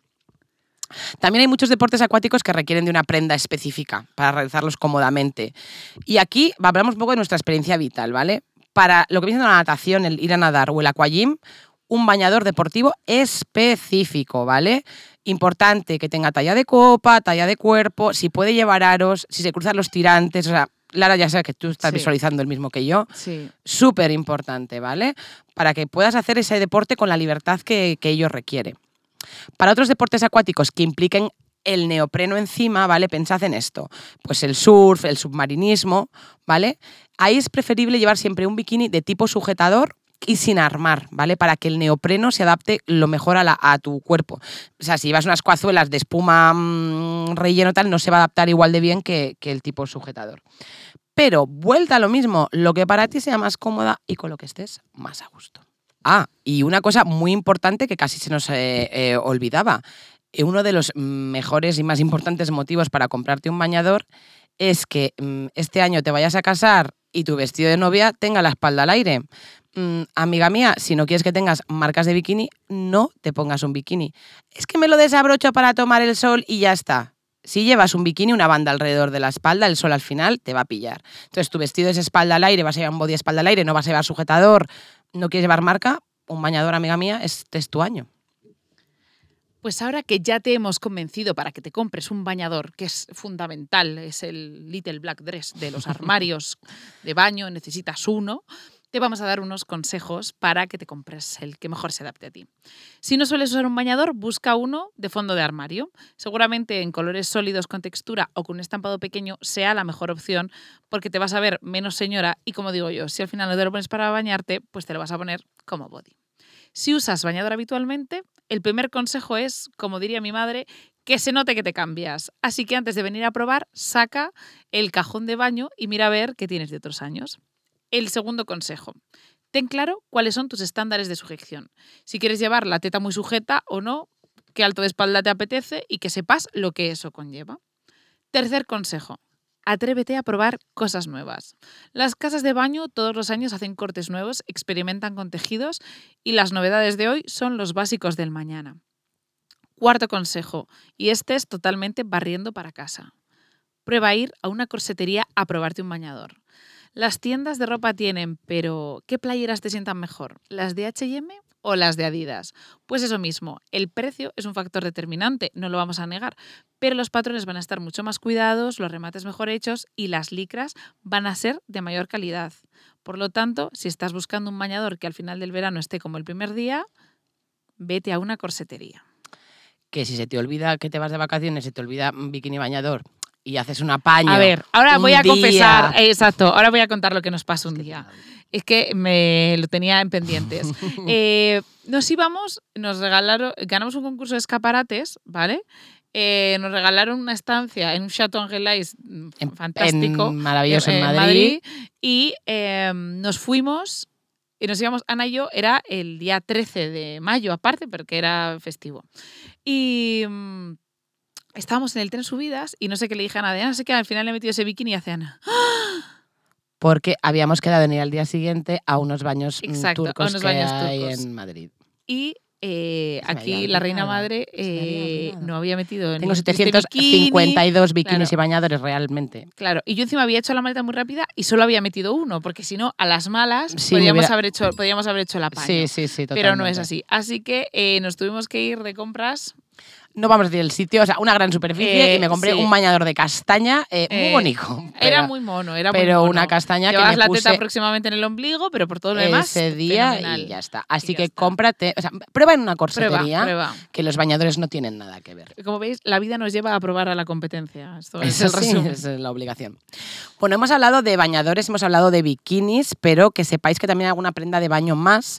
También hay muchos deportes acuáticos que requieren de una prenda específica para realizarlos cómodamente. Y aquí hablamos un poco de nuestra experiencia vital, ¿vale? Para lo que viene siendo la natación, el ir a nadar o el aquagym, un bañador deportivo específico, ¿vale? Importante que tenga talla de copa, talla de cuerpo, si puede llevar aros, si se cruzan los tirantes, o sea, Lara ya sabe que tú estás Sí. visualizando el mismo que yo. Sí. Súper importante, ¿vale? Para que puedas hacer ese deporte con la libertad que, que ello requiere. Para otros deportes acuáticos que impliquen el neopreno encima, ¿vale? Pensad en esto. Pues el surf, el submarinismo, ¿vale? Ahí es preferible llevar siempre un bikini de tipo sujetador y sin armar, ¿vale? Para que el neopreno se adapte lo mejor a, la, a tu cuerpo. O sea, si llevas unas coazuelas de espuma mmm, relleno tal, no se va a adaptar igual de bien que, que el tipo sujetador. Pero, vuelta a lo mismo, lo que para ti sea más cómoda y con lo que estés más a gusto. Ah, y una cosa muy importante que casi se nos eh, eh, olvidaba. Eh, uno de los mejores y más importantes motivos para comprarte un bañador es que mm, este año te vayas a casar y tu vestido de novia tenga la espalda al aire. Mm, amiga mía, si no quieres que tengas marcas de bikini, no te pongas un bikini. Es que me lo desabrocho para tomar el sol y ya está. Si llevas un bikini, una banda alrededor de la espalda, el sol al final te va a pillar. Entonces tu vestido es espalda al aire, vas a llevar un body espalda al aire, no vas a llevar sujetador, no quieres llevar marca, un bañador, amiga mía, este es tu año. Pues ahora que ya te hemos convencido para que te compres un bañador, que es fundamental, es el Little Black Dress de los armarios de baño, necesitas uno, te vamos a dar unos consejos para que te compres el que mejor se adapte a ti. Si no sueles usar un bañador, busca uno de fondo de armario. Seguramente en colores sólidos con textura o con un estampado pequeño sea la mejor opción porque te vas a ver menos señora y, como digo yo, si al final no te lo pones para bañarte, pues te lo vas a poner como body. Si usas bañador habitualmente, el primer consejo es, como diría mi madre, que se note que te cambias. Así que antes de venir a probar, saca el cajón de baño y mira a ver qué tienes de otros años. El segundo consejo. Ten claro cuáles son tus estándares de sujeción. Si quieres llevar la teta muy sujeta o no, qué alto de espalda te apetece y que sepas lo que eso conlleva. Tercer consejo. Atrévete a probar cosas nuevas. Las casas de baño todos los años hacen cortes nuevos, experimentan con tejidos y las novedades de hoy son los básicos del mañana. Cuarto consejo, y este es totalmente barriendo para casa. Prueba a ir a una corsetería a probarte un bañador. Las tiendas de ropa tienen, pero ¿qué playeras te sientan mejor? ¿Las de H y M o las de Adidas? Pues eso mismo, el precio es un factor determinante, no lo vamos a negar, pero los patrones van a estar mucho más cuidados, los remates mejor hechos y las licras van a ser de mayor calidad. Por lo tanto, si estás buscando un bañador que al final del verano esté como el primer día, vete a una corsetería. Que si se te olvida que te vas de vacaciones, se te olvida un bikini bañador y haces un apaño. A ver, ahora un voy a día. confesar, eh, exacto, ahora voy a contar lo que nos pasó un día. Es que me lo tenía en pendientes. eh, nos íbamos, nos regalaron, ganamos un concurso de escaparates, ¿vale? Eh, nos regalaron una estancia en un Chateau Angelais En- fantástico. en maravilloso en eh, Madrid. y eh, nos fuimos, y nos íbamos, Ana y yo, era el día trece de mayo aparte, porque era festivo. Y mm, estábamos en el tren subidas y no sé qué le dije a Ana, de, "Ah, no sé qué, al final le he metido ese bikini" y hace Ana. Porque habíamos quedado en ir al día siguiente a unos baños mm, Exacto, a turcos unos que baños hay turcos. en Madrid. Y eh, Se me aquí había la reina olvidado, madre se me había eh, olvidado. no había metido Tengo ni este setecientos cincuenta y dos bikinis claro. y bañadores realmente. Claro, y yo encima había hecho la maleta muy rápida y solo había metido uno, porque si no, a las malas Sí, me podríamos, hubiera- haber hecho, podríamos haber hecho el apaño. Sí, sí, sí, totalmente. Pero no es así. Así que eh, nos tuvimos que ir de compras. No vamos a decir el sitio, o sea, una gran superficie Eh, y me compré sí. un bañador de castaña eh, muy Eh, bonito. Era pero muy mono, era muy pero mono. una castaña que Llevabas me la puse teta aproximadamente en el ombligo, pero por todo lo demás, ese día fenomenal. y ya está. Así Y ya que está. cómprate, o sea, prueba en una Prueba, corsetería prueba. que los bañadores no tienen nada que ver. Como veis, la vida nos lleva a probar a la competencia. Esto es Eso el sí, resumen. es la obligación. Bueno, hemos hablado de bañadores, hemos hablado de bikinis, pero que sepáis que también hay alguna prenda de baño más.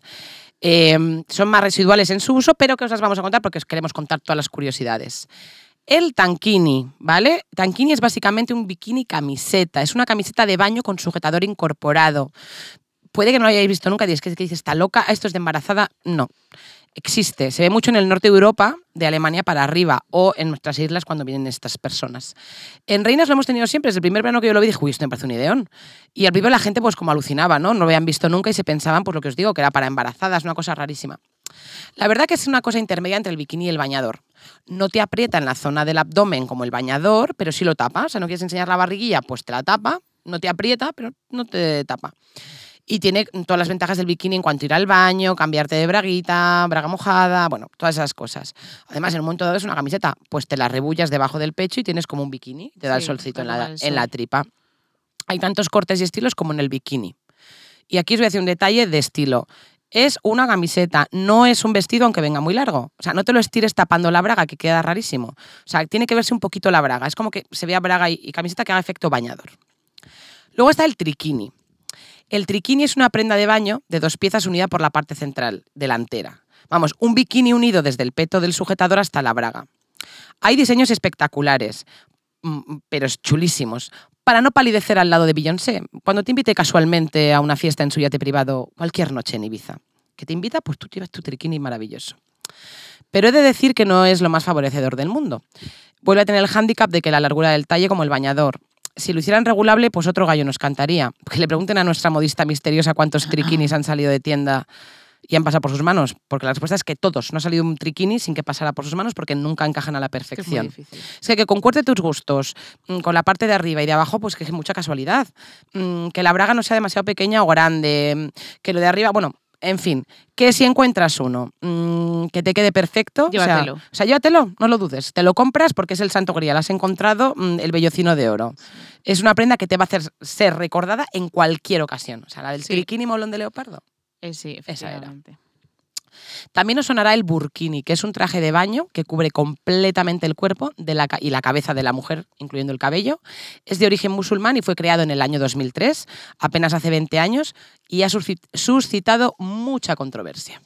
Eh, son más residuales en su uso, pero que os las vamos a contar porque os queremos contar todas las curiosidades. El tankini, ¿vale? Tankini es básicamente un bikini camiseta. Es una camiseta de baño con sujetador incorporado. Puede que no lo hayáis visto nunca, y es que dices, ¿está loca? ¿Esto es de embarazada? No. Existe. Se ve mucho en el norte de Europa, de Alemania para arriba, o en nuestras islas cuando vienen estas personas. En Reinas lo hemos tenido siempre. Desde el primer verano que yo lo vi, dije, uy, esto me parece un ideón. Y al principio la gente pues como alucinaba, ¿no? No lo habían visto nunca y se pensaban, pues lo que os digo, que era para embarazadas, una cosa rarísima. La verdad que es una cosa intermedia entre el bikini y el bañador. No te aprieta en la zona del abdomen como el bañador, pero sí lo tapa. O sea, no quieres enseñar la barriguilla, pues te la tapa. No te aprieta, pero no te tapa. Y tiene todas las ventajas del bikini en cuanto a ir al baño, cambiarte de braguita, braga mojada, bueno, todas esas cosas. Además, en un momento dado es una camiseta, pues te la rebullas debajo del pecho y tienes como un bikini. Te da el Sí, solcito en te da la, el en sol. la tripa. Hay tantos cortes y estilos como en el bikini. Y aquí os voy a hacer un detalle de estilo. Es una camiseta, no es un vestido aunque venga muy largo. O sea, no te lo estires tapando la braga, que queda rarísimo. O sea, tiene que verse un poquito la braga. Es como que se vea braga y, y camiseta que haga efecto bañador. Luego está el triquini. El triquini es una prenda de baño de dos piezas unida por la parte central, delantera. Vamos, un bikini unido desde el peto del sujetador hasta la braga. Hay diseños espectaculares, pero chulísimos, para no palidecer al lado de Beyoncé. Cuando te invite casualmente a una fiesta en su yate privado, cualquier noche en Ibiza, que te invita, pues tú llevas tu triquini maravilloso. Pero he de decir que no es lo más favorecedor del mundo. Vuelve a tener el hándicap de que la largura del talle como el bañador. Si lo hicieran regulable, pues otro gallo nos cantaría. Que le pregunten a nuestra modista misteriosa cuántos triquinis han salido de tienda y han pasado por sus manos, porque la respuesta es que todos. No ha salido un triquini sin que pasara por sus manos porque nunca encajan a la perfección. Es muy difícil. Es que, que concuerde tus gustos con la parte de arriba y de abajo, pues que es mucha casualidad. Que la braga no sea demasiado pequeña o grande, que lo de arriba, bueno, en fin, que si encuentras uno mmm, que te quede perfecto, Llévatelo. O sea, o sea, llévatelo, no lo dudes. Te lo compras porque es el santo grial, has encontrado mmm, el vellocino de oro. Es una prenda que te va a hacer ser recordada en cualquier ocasión. O sea, la del Sí. triquini molón de leopardo. Eh, sí, Esa era. efectivamente. También os sonará el burkini, que es un traje de baño que cubre completamente el cuerpo de la, y la cabeza de la mujer, incluyendo el cabello. Es de origen musulmán y fue creado en el año dos mil tres, apenas hace veinte años, y ha suscitado mucha controversia.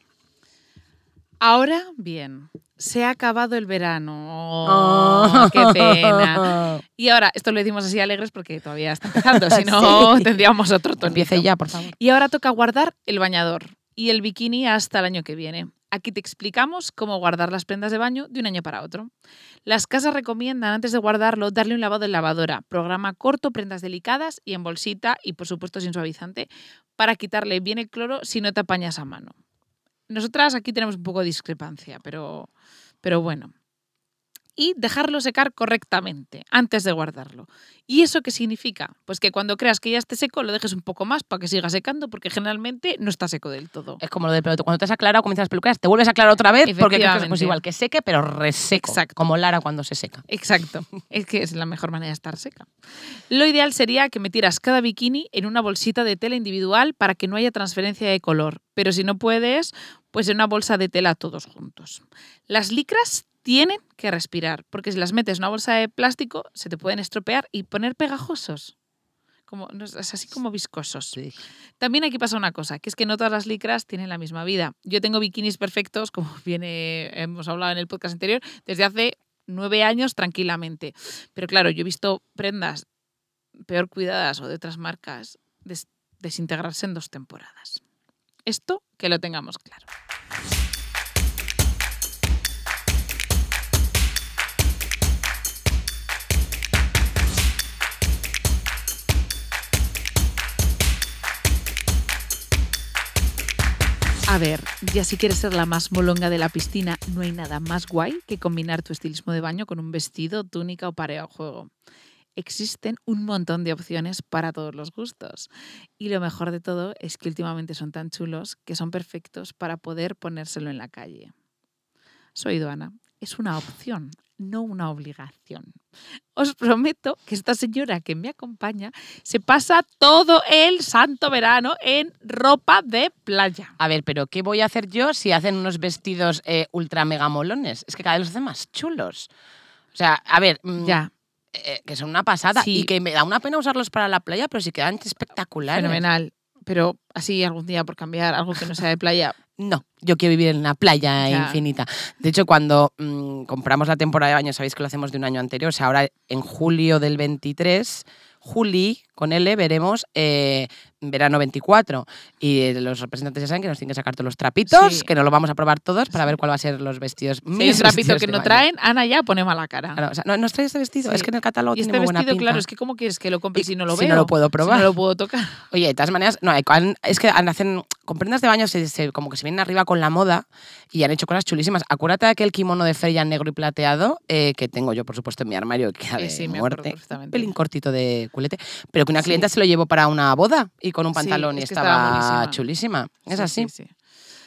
Ahora, bien, se ha acabado el verano. Oh, ¡Qué pena! Y ahora, esto lo decimos así alegres porque todavía está empezando, si no Sí. tendríamos otro tono. Empiece ya, por favor. Y ahora toca guardar el bañador y el bikini hasta el año que viene. Aquí te explicamos cómo guardar las prendas de baño de un año para otro. Las casas recomiendan, antes de guardarlo, darle un lavado en lavadora, programa corto, prendas delicadas y en bolsita y, por supuesto, sin suavizante, para quitarle bien el cloro si no te apañas a mano. Nosotras aquí tenemos un poco de discrepancia, pero, pero bueno. y dejarlo secar correctamente antes de guardarlo. ¿Y eso qué significa? Pues que cuando creas que ya esté seco lo dejes un poco más para que siga secando, porque generalmente no está seco del todo. Es como lo del pelo. Cuando te has aclarado, comienzas las pelucas, te vuelves a aclarar otra vez porque crees que es pues igual que seque, pero reseco. Exacto. Como Lara cuando se seca. Exacto. Es que es la mejor manera de estar seca. Lo ideal sería que metieras cada bikini en una bolsita de tela individual para que no haya transferencia de color. Pero si no puedes, pues en una bolsa de tela todos juntos. Las licras tienen que respirar, porque si las metes en una bolsa de plástico se te pueden estropear y poner pegajosos. Como, es así como viscosos. Sí. También aquí pasa una cosa, que es que no todas las licras tienen la misma vida. Yo tengo bikinis perfectos, como viene, hemos hablado en el podcast anterior, desde hace nueve años tranquilamente. Pero claro, yo he visto prendas peor cuidadas o de otras marcas des- desintegrarse en dos temporadas. Esto que lo tengamos claro. A ver, ya si quieres ser la más molonga de la piscina, no hay nada más guay que combinar tu estilismo de baño con un vestido, túnica o pareo a juego. Existen un montón de opciones para todos los gustos. Y lo mejor de todo es que últimamente son tan chulos que son perfectos para poder ponérselo en la calle. Soy Ana. Es una opción, no una obligación. Os prometo que esta señora que me acompaña se pasa todo el santo verano en ropa de playa. A ver, pero ¿qué voy a hacer yo si hacen unos vestidos eh, ultra mega molones? Es que cada vez los hacen más chulos. O sea, a ver... Mmm, ya. Eh, que son una pasada Sí. y que me da una pena usarlos para la playa, pero sí quedan espectaculares. Fenomenal. Pero así algún día por cambiar algo que no sea de playa. No, yo quiero vivir en una playa Ya. infinita. De hecho, cuando mmm, compramos la temporada de baño, sabéis que lo hacemos de un año anterior, o sea, ahora en julio del veintitrés, Juli, con L, veremos eh, verano veinticuatro. Y eh, los representantes ya saben que nos tienen que sacar todos los trapitos, Sí. que nos lo vamos a probar todos para Sí. ver cuál va a ser los vestidos. Si hay mis un trapito vestidos que de no baño. traen, Ana ya pone mala cara. Claro, o sea, no, ¿nos trae este vestido? Sí. Es que en el catálogo Y tiene este muy buena vestido, pinta. claro, es que ¿cómo quieres que lo compre Y si no lo si veo? no lo puedo probar. Si no lo puedo tocar. Oye, de todas maneras, no, han- es que hacen con prendas de baño se, se- como que se vienen arriba con la moda y han hecho cosas chulísimas. Acuérdate de aquel kimono de Freya negro y plateado eh, que tengo yo, por supuesto, en mi armario, que queda Eh, de sí, me acuerdo muerte. Un perfectamente. pelín cortito de culete, pero que una Sí. clienta se lo llevó para una boda y con un Sí, pantalón y es que estaba, estaba buenísima. chulísima. Es Sí, así. sí, sí.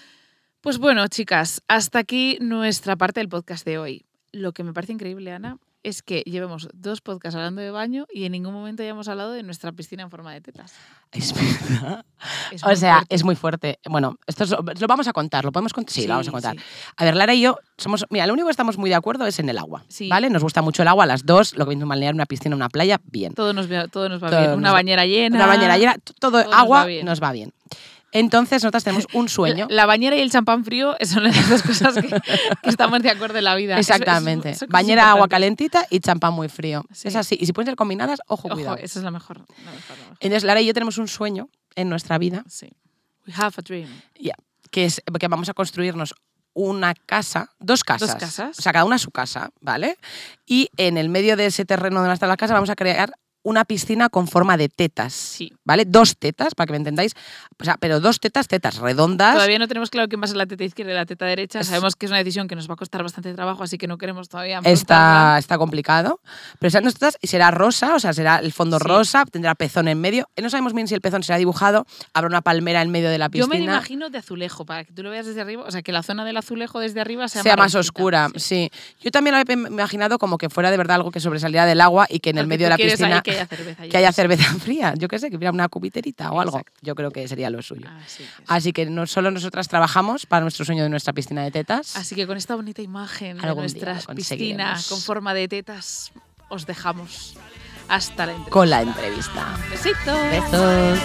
Pues bueno, chicas, hasta aquí nuestra parte del podcast de hoy. Lo que me parece increíble, Ana, es que llevemos dos podcasts hablando de baño y en ningún momento hayamos hablado de nuestra piscina en forma de tetas. Es verdad. Es O muy sea, fuerte. es muy fuerte. Bueno, esto es- lo vamos a contar, ¿lo podemos contar? Sí, lo vamos a contar. sí. A ver, Lara y yo somos... Mira, lo único que estamos muy de acuerdo es en el agua, Sí. ¿vale? Nos gusta mucho el agua, las dos, lo que viene un balneario, una piscina, una playa, bien. Todo nos, va- todo nos va Todo bien. nos Una va- bañera llena. Una bañera llena, t- todo, todo nos agua va bien. nos va bien. Entonces, nosotras tenemos un sueño. La, la bañera y el champán frío son las dos cosas que, que estamos de acuerdo en la vida. Eso- eso- Exactamente. eso que es Bañera, agua importante. calentita y champán muy frío. Sí. Es así. Y si pueden ser combinadas, ojo, Ojo, cuidado. esa es la mejor. La mejor, la mejor. Entonces, Lara y yo tenemos un sueño en nuestra vida, Sí. We have a dream. ya, que es que vamos a construirnos una casa, dos casas. Dos casas. O sea, cada una su casa, ¿vale? Y en el medio de ese terreno donde va a estar la casa vamos a crear una piscina con forma de tetas. Sí. ¿Vale? Dos tetas, para que me entendáis. O sea, pero dos tetas, tetas redondas. Todavía no tenemos claro quién va a ser la teta izquierda y la teta derecha. Es- Sabemos que es una decisión que nos va a costar bastante trabajo, así que no queremos todavía Está, enfrentarla. está complicado. Pero serán dos tetas y será rosa, o sea, será el fondo Sí. rosa, tendrá pezón en medio. No sabemos bien si el pezón será dibujado, habrá una palmera en medio de la Yo piscina. me lo imagino de azulejo, para que tú lo veas desde arriba. O sea, que la zona del azulejo desde arriba sea, sea más marroncita. oscura, Sí. sí. Yo también lo he imaginado como que fuera de verdad algo que sobresaliera del agua y que en el Porque medio tú de la quieres piscina ahí que haya cerveza. que haya cerveza fría. Yo qué sé, que hubiera una cubiterita o algo. Exacto. Yo creo que sería lo suyo. Así, que sí. Así que no solo nosotras trabajamos para nuestro sueño de nuestra piscina de tetas. Así que con esta bonita imagen de Algún día nuestra lo piscina conseguiremos. con forma de tetas, os dejamos. Hasta la entrevista. Con la entrevista. Besitos. Besos.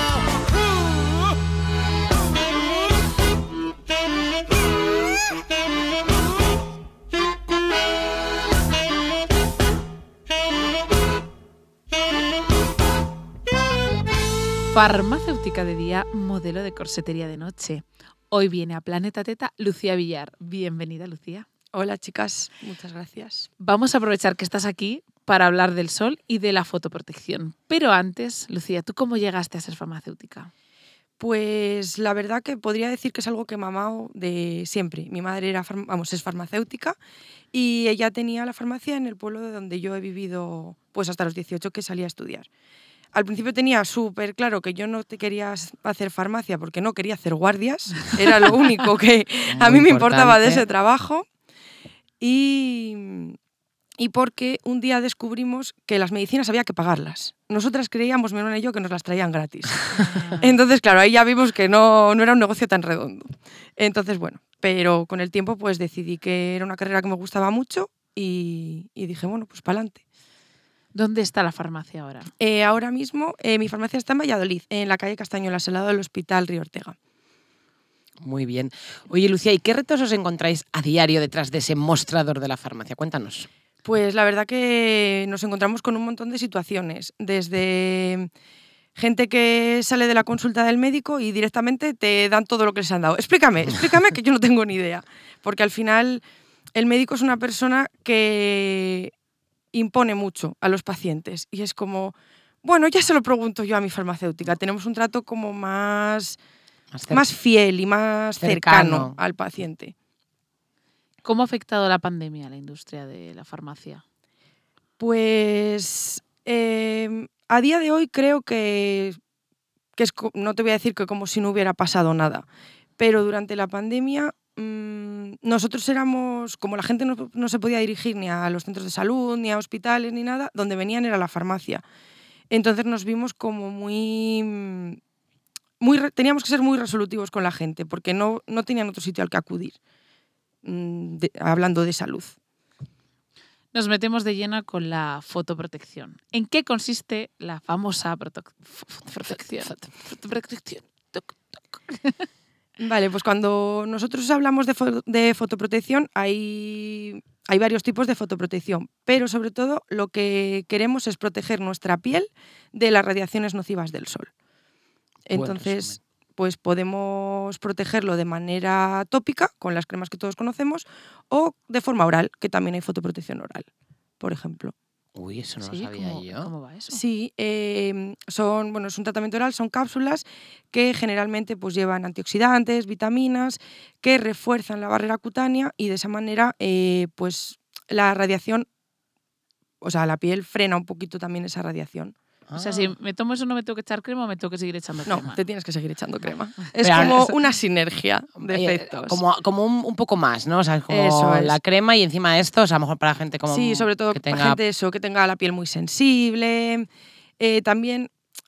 Farmacéutica de día, modelo de corsetería de noche. Hoy viene a Planeta Teta Lucía Villar. Bienvenida, Lucía. Hola, chicas. Muchas gracias. Vamos a aprovechar que estás aquí para hablar del sol y de la fotoprotección. Pero antes, Lucía, ¿tú cómo llegaste a ser farmacéutica? Pues la verdad que podría decir que es algo que he mamado de siempre. Mi madre era, vamos, es farmacéutica y ella tenía la farmacia en el pueblo de donde yo he vivido pues hasta los dieciocho que salí a estudiar. Al principio tenía súper claro que yo no te quería hacer farmacia porque no quería hacer guardias. Era lo único que a mí me importaba de ese trabajo. Y... y porque un día descubrimos que las medicinas había que pagarlas. Nosotras creíamos, mi hermana y yo, que nos las traían gratis. Ah. Entonces, claro, ahí ya vimos que no, no era un negocio tan redondo. Entonces, bueno, pero con el tiempo pues decidí que era una carrera que me gustaba mucho y, y dije, bueno, pues para adelante. ¿Dónde está la farmacia ahora? Eh, ahora mismo eh, mi farmacia está en Valladolid, en la calle Castañuelas, al lado del Hospital Río Ortega. Muy bien. Oye, Lucía, ¿y qué retos os encontráis a diario detrás de ese mostrador de la farmacia? Cuéntanos. Pues la verdad que nos encontramos con un montón de situaciones, desde gente que sale de la consulta del médico y directamente te dan todo lo que les han dado. Explícame, explícame que yo no tengo ni idea, porque al final el médico es una persona que impone mucho a los pacientes y es como, bueno, ya se lo pregunto yo a mi farmacéutica, tenemos un trato como más, más, más fiel y más cercano. cercano al paciente. ¿Cómo ha afectado la pandemia a la industria de la farmacia? Pues eh, a día de hoy creo que, que es, no te voy a decir que como si no hubiera pasado nada, pero durante la pandemia mmm, nosotros éramos, como la gente no, no se podía dirigir ni a los centros de salud, ni a hospitales, ni nada, donde venían era la farmacia. Entonces nos vimos como muy... muy teníamos que ser muy resolutivos con la gente, porque no, no tenían otro sitio al que acudir. De, hablando de salud. Nos metemos de lleno con la fotoprotección. ¿En qué consiste la famosa protección? Fotoprotección. Vale, pues cuando nosotros hablamos de, fo de fotoprotección hay, hay varios tipos de fotoprotección, pero sobre todo lo que queremos es proteger nuestra piel de las radiaciones nocivas del sol. Entonces, pues podemos protegerlo de manera tópica, con las cremas que todos conocemos, o de forma oral, que también hay fotoprotección oral, por ejemplo. Uy, eso no ¿Sí? lo sabía ¿Cómo, yo. ¿Cómo va eso? Sí, eh, son, bueno, es un tratamiento oral, son cápsulas que generalmente pues, llevan antioxidantes, vitaminas, que refuerzan la barrera cutánea y de esa manera eh, pues, la radiación, o sea, la piel frena un poquito también esa radiación. O sea, si me tomo eso, ¿no me tengo que echar crema o me tengo que seguir echando crema? No, te tienes que seguir echando crema. Es Pero como eso, una sinergia de eh, efectos. Como, como un, un poco más, ¿no? O sea, es como eso es. la crema y encima de esto, o sea, a lo mejor para gente como... Sí, sobre todo que para tenga... gente eso, que tenga la piel muy sensible. Eh, también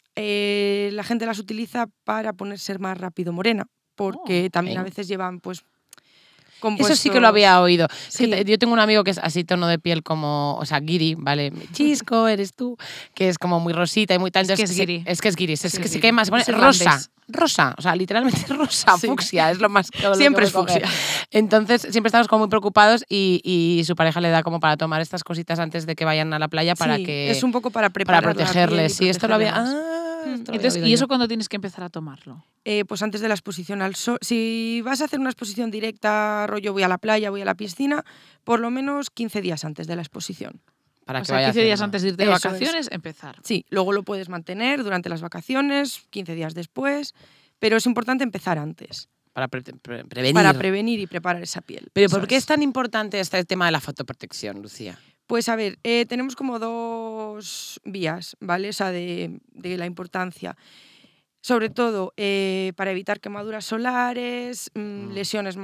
eh, la gente las utiliza para ponerse más rápido morena, porque oh, también okay. a veces llevan pues... Compuestos... Eso sí que lo había oído. Sí. Es que yo tengo un amigo que es así tono de piel como, o sea, guiri, ¿vale? Chisco, eres tú, que es como muy rosita y muy tal. Es que es guiri. Es que es guiri, es, es que guiri. se quema, se pone rosa, rosa, o sea, literalmente rosa, sí. Fucsia, es lo más... Lo siempre que es fucsia. Entonces, siempre estamos como muy preocupados y, y su pareja le da como para tomar estas cositas antes de que vayan a la playa para sí, que... es un poco para preparar Para protegerles, sí, esto lo había... Más. Ah, Entonces, ¿y eso cuándo tienes que empezar a tomarlo? Eh, pues antes de la exposición al sol. Si vas a hacer una exposición directa, rollo voy a la playa, voy a la piscina, por lo menos quince días antes de la exposición. Para o que sea, vaya quince días antes de irte de vacaciones, es. empezar. Sí, luego lo puedes mantener durante las vacaciones, quince días después, pero es importante empezar antes. Para pre pre prevenir. Para prevenir y preparar esa piel. Pero ¿por qué es tan importante este tema de la fotoprotección, Lucía? Pues a ver, eh, tenemos como dos vías, ¿vale? O sea, de, de la importancia. Sobre todo eh, para evitar quemaduras solares, mmm, lesiones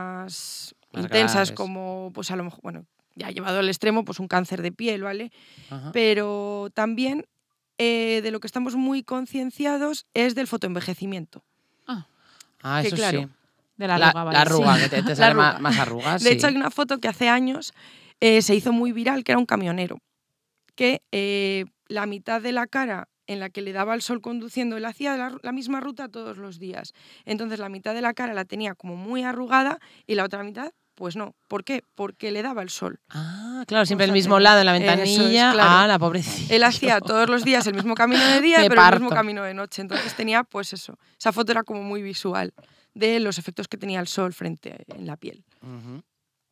más, más intensas, graves. Como, pues a lo mejor, bueno, ya llevado al extremo, pues un cáncer de piel, ¿vale? Ajá. Pero también eh, de lo que estamos muy concienciados es del fotoenvejecimiento. Ah, ah que, eso claro, sí. De la arruga, la, vale. La arruga, sí. que te, te sale más, más arrugas. De sí. hecho, hay una foto que hace años eh, se hizo muy viral, que era un camionero, que eh, la mitad de la cara en la que le daba el sol conduciendo, él hacía la, la misma ruta todos los días. Entonces la mitad de la cara la tenía como muy arrugada y la otra mitad, pues no. ¿Por qué? Porque le daba el sol. Ah, claro, siempre el mismo lado en la ventanilla. Es, claro. Ah, la pobrecita. Él hacía todos los días el mismo camino de día, Me pero parto. el mismo camino de noche. Entonces tenía, pues eso, esa foto era como muy visual de los efectos que tenía el sol frente en la piel. Uh-huh.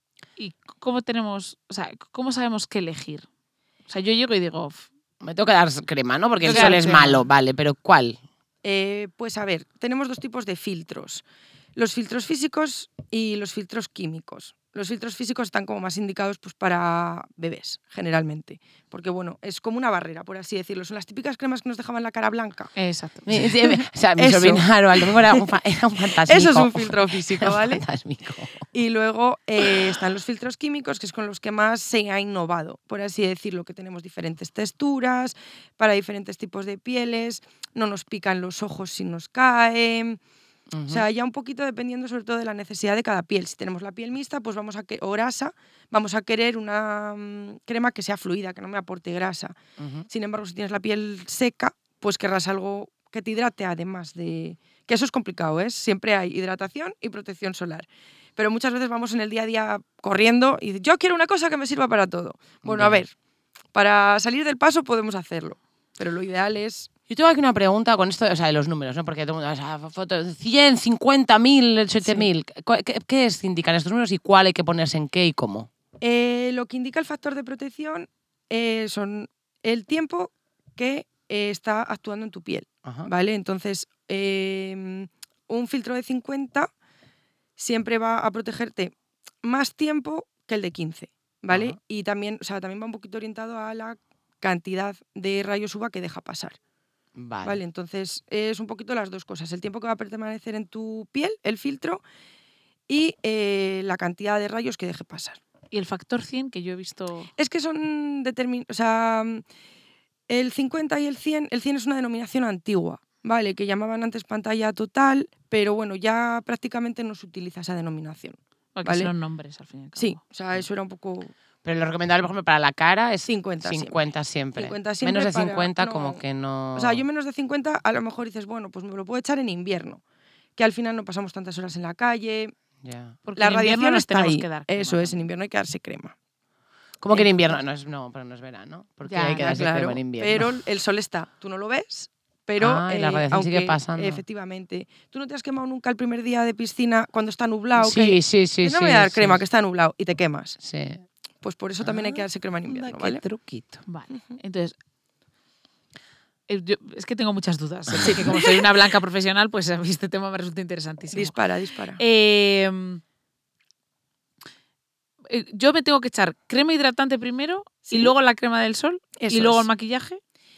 ¿Y cómo tenemos, o sea, cómo sabemos qué elegir? O sea, yo llego y digo... Me tengo que dar crema, ¿no? Porque el Tengo sol que es crema. malo, vale, pero ¿cuál? Eh, pues a ver, tenemos dos tipos de filtros. Los filtros físicos y los filtros químicos. Los filtros físicos están como más indicados pues, para bebés, generalmente. Porque, bueno, es como una barrera, por así decirlo. Son las típicas cremas que nos dejaban la cara blanca. Exacto. Sí, sí, o sea, mi Eso. sobrina al domingo era un, fa- era un fantasmico. Eso es un filtro físico, Era un ¿vale? fantasmico. Y luego eh, están los filtros químicos, que es con los que más se ha innovado, por así decirlo, que tenemos diferentes texturas, para diferentes tipos de pieles, no nos pican los ojos si nos caen. Ujú. O sea, ya un poquito dependiendo sobre todo de la necesidad de cada piel. Si tenemos la piel mixta, pues vamos a que- o grasa, vamos a querer una mm, crema que sea fluida, que no me aporte grasa. Ujú. Sin embargo, si tienes la piel seca, pues querrás algo que te hidrate además de... Que eso es complicado, ¿eh? Siempre hay hidratación y protección solar. Pero muchas veces vamos en el día a día corriendo y dices, yo quiero una cosa que me sirva para todo. Bueno, Ya. a ver, para salir del paso podemos hacerlo, pero lo ideal es... Yo tengo aquí una pregunta con esto, o sea, de los números, ¿no? Porque todo el mundo, o sea, fotos, cien, cincuenta mil, siete mil. ¿Qué, qué es, indican estos números y cuál hay que ponerse en qué y cómo? Eh, lo que indica el factor de protección eh, son el tiempo que eh, está actuando en tu piel, Ajá. ¿vale? Entonces, eh, un filtro de cincuenta siempre va a protegerte más tiempo que el de quince, ¿vale? Ajá. Y también, o sea, también va un poquito orientado a la cantidad de rayos U V A que deja pasar, Vale. ¿vale? Entonces, es un poquito las dos cosas, el tiempo que va a permanecer en tu piel, el filtro, y eh, la cantidad de rayos que deje pasar. Y el factor cien, que yo he visto... Es que son determin... O sea, el cincuenta y el cien, el cien es una denominación antigua, ¿vale? Que llamaban antes pantalla total, pero bueno, ya prácticamente no se utiliza esa denominación. Porque Vale. son nombres, al fin y al cabo. Sí, o sea, eso era un poco... Pero lo recomendable, por ejemplo, para la cara es cincuenta siempre. cincuenta siempre. cincuenta siempre Menos de para- cincuenta no. como que no... O sea, yo menos de cincuenta a lo mejor dices, bueno, pues me lo puedo echar en invierno, que al final no pasamos tantas horas en la calle, Ya. Porque la en invierno radiación nos está tenemos ahí. que dar crema, Eso es, ¿no? en invierno hay que darse crema. ¿Cómo que en Entonces- invierno? No, es, no, pero no es verano. Porque Ya, hay que ya, darse Claro, crema en invierno. pero el sol está, tú no lo ves, pero Ah, y la eh, radiación sigue aunque, pasando. efectivamente, tú no te has quemado nunca el primer día de piscina cuando está nublado, sí, que sí, sí, dices, no sí, me voy a dar sí, crema, sí. que está nublado, y te quemas. Sí. Pues por eso también hay que darse crema en Anda, invierno, qué ¿vale? truquito. Vale, entonces... eh, yo- es que tengo muchas dudas. Así que como soy una blanca profesional, pues a mí este tema me resulta interesantísimo. Dispara, dispara. Eh, eh, yo me tengo que echar crema hidratante primero Sí. y luego la crema del sol Eso y luego es. el maquillaje.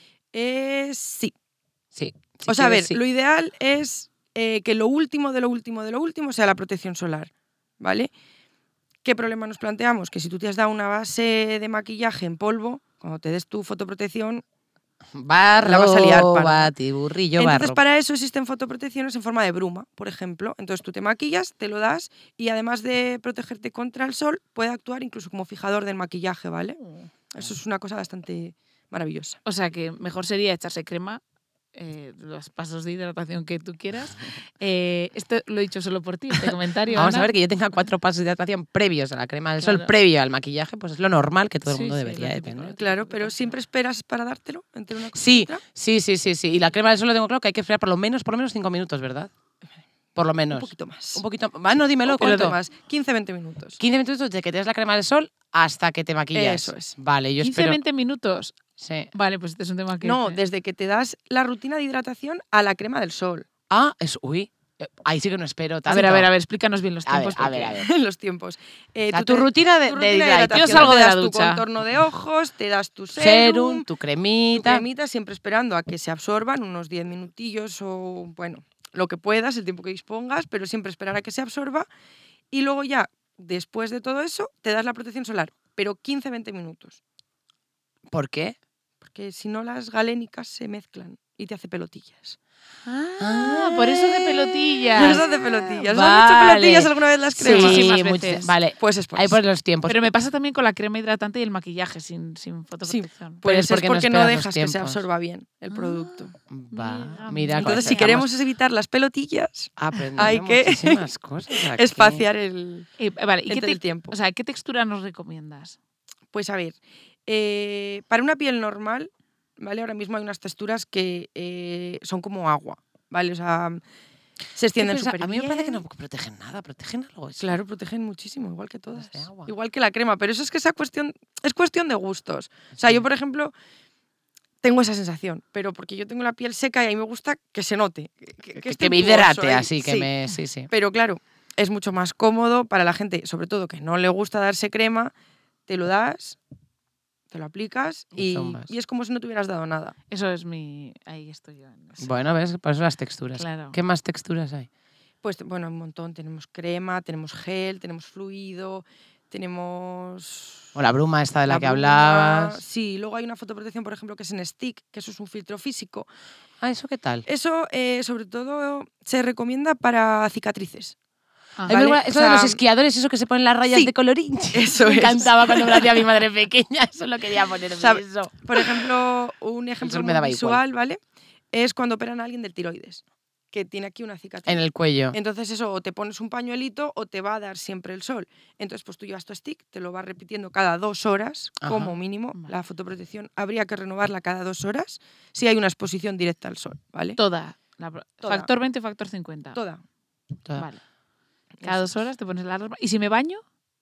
Eh, sí. Sí. Si O sea, a ver, quieres, sí. lo ideal es eh, que lo último de lo último de lo último sea la protección solar, ¿vale? ¿Qué problema nos planteamos? Que si tú te has dado una base de maquillaje en polvo, cuando te des tu fotoprotección, Barro, la vas a liar, parda. batiburrillo, entonces barro. para eso existen fotoprotecciones en forma de bruma, por ejemplo. Entonces tú te maquillas, te lo das y además de protegerte contra el sol, puede actuar incluso como fijador del maquillaje, ¿vale? Eso es una cosa bastante maravillosa. O sea que mejor sería echarse crema, eh, los pasos de hidratación que tú quieras. Eh, esto lo he dicho solo por ti, este comentario. Vamos a Ana. ver que yo tenga cuatro pasos de hidratación previos a la crema del Claro. sol, previo al maquillaje, pues es lo normal que todo el Sí, mundo sí, debería lo de típico, tener. lo Claro, típico que pero pasa. siempre esperas para dártelo entre una cosa y Sí, otra. sí, sí, sí, sí. Y la crema del sol lo tengo claro que hay que esperar por lo menos, por lo menos cinco minutos, ¿verdad? Por lo menos. Un poquito más. Un poquito más. No, dímelo, Un poquito ¿cuánto? más. quince a veinte minutos. quince minutos desde que te das la crema del sol hasta que te maquillas. Eso es. Vale, yo quince a espero. veinte minutos. Sí. Vale, pues este es un tema que... No, desde que te das la rutina de hidratación a la crema del sol. Ah, es. Uy. eh, Ahí sí que no espero. A tanto. ver, a ver, a ver, explícanos bien los A ver, tiempos. a ver, porque- a ver. En los tiempos. Eh, O sea, tú tu te- rutina de, tu de rutina de hidratación. Yo salgo te de la das tu ducha. contorno de ojos, te das tu Serum, serum, tu tu cremita. cremita, siempre esperando a que se absorban unos diez minutillos o, bueno, lo que puedas, el tiempo que dispongas, pero siempre esperar a que se absorba. Y luego ya, después de todo eso, te das la protección solar, pero quince a veinte minutos. ¿Por qué? Porque si no, las galénicas se mezclan y te hace pelotillas. Ah, por eso de pelotillas. Por eso hace pelotillas. ¿Has Vale. hecho pelotillas alguna vez las cremas? Muchísimas Sí, veces. muchas- Vale, Pues es por ahí eso. por los tiempos. Pero me pasa también con la crema hidratante y el maquillaje sin, sin fotoprotección. Pues es es porque porque, no no, esperas los dejas que se tiempos. absorba bien el producto. Va, Mira, mira. Entonces, si estamos queremos evitar las pelotillas, aprendiendo hay que muchísimas cosas aquí. espaciar el, Eh, vale, ¿y qué, entre te- el tiempo. o sea, ¿qué textura nos recomiendas? Pues a ver, eh, para una piel normal, ¿vale? Ahora mismo hay unas texturas que eh, son como agua, ¿vale? O sea, se extienden Pero, o sea, súper a mí bien. me parece que no protegen nada, protegen algo. eso. Claro, protegen muchísimo, igual que todas. de agua. Igual que la crema, pero eso es que esa cuestión es cuestión de gustos. O sea, yo, por ejemplo, tengo esa sensación, pero porque yo tengo la piel seca y a mí me gusta que se note. Que, que, Que, esté que me jugoso, hidrate, ¿eh? así, que Sí. me... Sí, sí. Pero claro, es mucho más cómodo para la gente, sobre todo que no le gusta darse crema, te lo das, te lo aplicas Y y, zumbas. y es como si no te hubieras dado nada. Eso es mi... Ahí estoy yo. en eso. Bueno, ¿ves? Por eso las texturas. Claro. ¿Qué más texturas hay? Pues bueno, un montón. Tenemos crema, tenemos gel, tenemos fluido, tenemos... O la bruma esta de la, que bruma. hablabas. Sí, luego hay una fotoprotección, por ejemplo, que es en stick, que eso es un filtro físico. Ah, ¿eso qué tal? Eso, eh, sobre todo, se recomienda para cicatrices. Ah, Ay, ¿vale? me- O Eso de sea, los esquiadores, eso que se ponen las rayas sí, de colorín. eso me es. encantaba cuando me lo hacía mi madre pequeña. Eso lo quería ponerme. O sea, eso. Por ejemplo, un ejemplo me muy daba visual, ¿vale? Es cuando operan a alguien del tiroides, que tiene aquí una cicatriz. En el cuello. Entonces eso, o te pones un pañuelito o te va a dar siempre el sol. Entonces pues tú llevas tu stick, te lo vas repitiendo cada dos horas, Ajá. como mínimo. Vale. La fotoprotección habría que renovarla cada dos horas si hay una exposición directa al sol, ¿vale? Toda. La pro- Toda. Factor veinte, factor cincuenta. Toda. Toda. Vale. Cada Eso dos horas te pones la alarma. ¿Y si me baño?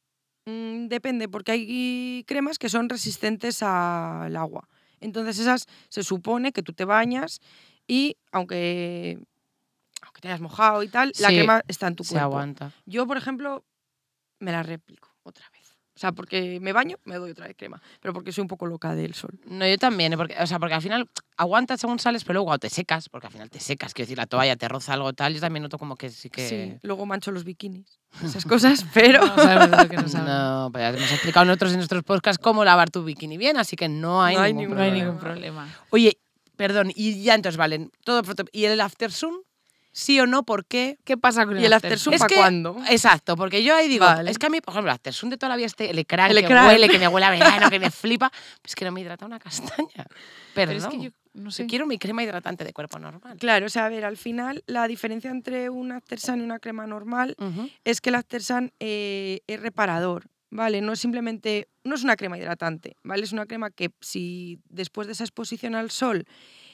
Mm, depende, porque hay cremas que son resistentes al agua. Entonces esas se supone que tú te bañas y aunque, aunque te hayas mojado y tal, la Sí, crema está en tu Se cuerpo. aguanta. Yo, por ejemplo, me la replico otra vez. O sea, porque me baño, me doy otra vez crema. Pero porque soy un poco loca del sol. No, yo también, ¿eh? porque, o sea, porque al final aguantas según sales, pero luego cuando te secas, porque al final te secas, quiero decir, la toalla te roza algo tal, yo también noto como que sí que... Sí, luego mancho los bikinis, esas cosas, pero... No sabemos de lo que nos habla. No, pues ya hemos explicado nosotros en nuestros podcasts cómo lavar tu bikini bien, así que no hay, No hay ningún, ningún No hay problema. ningún problema. Oye, perdón, y ya entonces valen, todo foto- ¿y el aftersun? ¿Sí o no? ¿Por qué? ¿Qué pasa con el ¿Y el aftersun? aftersun Es para que- cuándo? Exacto, porque yo ahí digo, Vale. es que a mí, por ejemplo, el aftersun de toda la vida, este, el ecran, El que ecran. huele, que me huele a verano, que me flipa, pues que no me hidrata una castaña. Pero Perdón. es que yo no sé. Yo quiero mi crema hidratante de cuerpo normal. Claro, o sea, a ver, al final la diferencia entre un aftersun y una crema normal Ujú. es que el aftersun eh, es reparador, ¿vale? No es simplemente, no es una crema hidratante, ¿vale? Es una crema que si después de esa exposición al sol,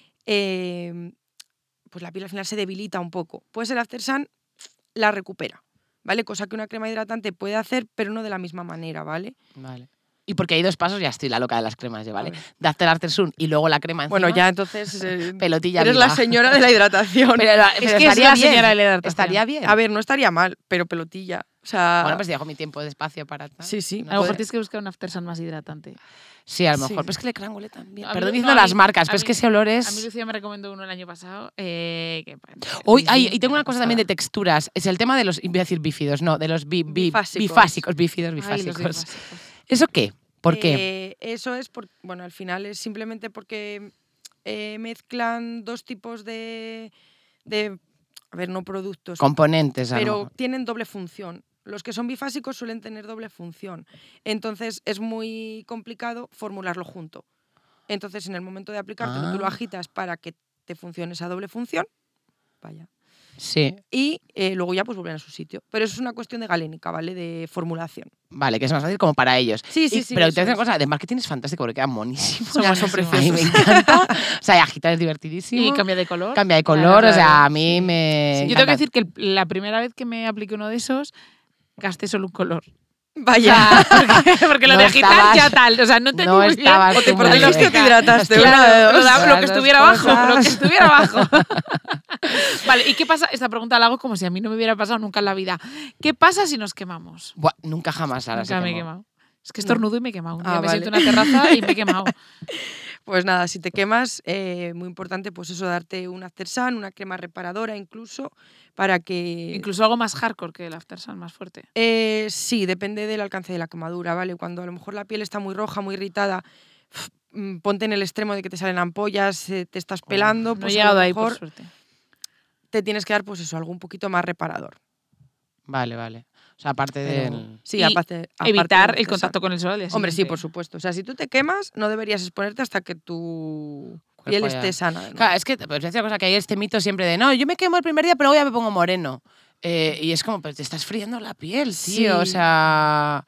eh, pues la piel al final se debilita un poco, pues el aftersun la recupera, ¿vale? Cosa que una crema hidratante puede hacer, pero no de la misma manera, ¿vale? Vale. Y porque hay dos pasos, ya estoy la loca de las cremas, ya, ¿vale? A ver. Darte el aftersun y luego la crema encima. Bueno, ya entonces eh, Pelotilla eres viva. la señora de la hidratación. Pero, pero Es que es estaría la bien. señora de la hidratación. Estaría bien. A ver, no estaría mal, pero pelotilla. O sea, Bueno, pues dejo mi tiempo de espacio para tal. sí, sí. No A lo mejor puede- tienes que buscar un aftersun más hidratante. Sí, a lo Sí. mejor. Pero es que el ecran huele también. A mí Perdón no- diciendo no, a las mí- marcas, a pero es mí- que ese olor es... A mí Lucía me recomendó uno el año pasado. Eh, que, Hoy, sí, ay, sí, y tengo me una cosa también de gustaba. texturas. Es el tema de los, iba a decir bífidos, no, de los bi- bi- Bifásicos. bifásicos, bífidos, Ay, los bifásicos. bifásicos. ¿Eso qué? ¿Por qué? Eh, eso es, por, bueno, al final es simplemente porque eh, mezclan dos tipos de, de, a ver, no productos, Componentes, a lo pero mejor. tienen doble función. Los que son bifásicos suelen tener doble función. Entonces es muy complicado formularlo junto. Entonces en el momento de aplicártelo tú lo Ah. agitas para que te funcione esa doble función. Vaya. Sí, Y eh, luego ya pues vuelven a su sitio. Pero eso es una cuestión de galénica, ¿vale? De formulación. vale, que es más fácil como para ellos. Sí, sí, Y- sí. pero eso te voy a decir es. una cosa, de marketing es fantástico porque quedan monísimos. Ya, son buenísimos. A mí me preciosos. encanta. O sea, y agitar es divertidísimo. Y cambia de color. Cambia de Claro, color, o sea, claro, a mí sí. me Yo tengo que encanta. decir que el- la primera vez que me apliqué uno de esos, gasté solo un color. Vaya. porque, porque lo No de agitar estabas- ya tal. O sea, no entendí no muy bien. estabas O te tú muy protegiste bien. o te hidrataste. Claro, una de dos. Lo, da- lo Las que dos estuviera abajo, cosas. lo que estuviera abajo. Vale, ¿y qué pasa? Esta pregunta la hago como si a mí no me hubiera pasado nunca en la vida. ¿Qué pasa si nos quemamos? Buah, nunca jamás ahora Nunca se me he quemó. quemado. Es que estornudo y me he quemado. Un día Ah, me vale. siento en una terraza y me he quemado. Pues nada, si te quemas, eh, muy importante pues eso, darte un aftersun, una crema reparadora incluso, para que... Incluso algo más hardcore que el aftersun, más fuerte. Eh, sí, depende del alcance de la quemadura, ¿vale? Cuando a lo mejor la piel está muy roja, muy irritada, uf, mm, ponte en el extremo de que te salen ampollas, eh, te estás pelando, No he pues a llegado lo ahí, por mejor suerte. te tienes que dar pues eso, algo un poquito más reparador. Vale, vale. O sea, aparte Pero, del... sí, Y aparte, aparte Evitar del el aftersun. contacto con el sol al día Hombre, sí, siguiente. por supuesto. O sea, si tú te quemas, no deberías exponerte hasta que tu Cuerpo piel ya- esté sana. de nuevo. Claro, es que pues, decía cosa que hay este mito siempre de no, yo me quemo el primer día, pero luego ya me pongo moreno. Eh, y es como, pues te estás friendo la piel, tío. O Sí. sea.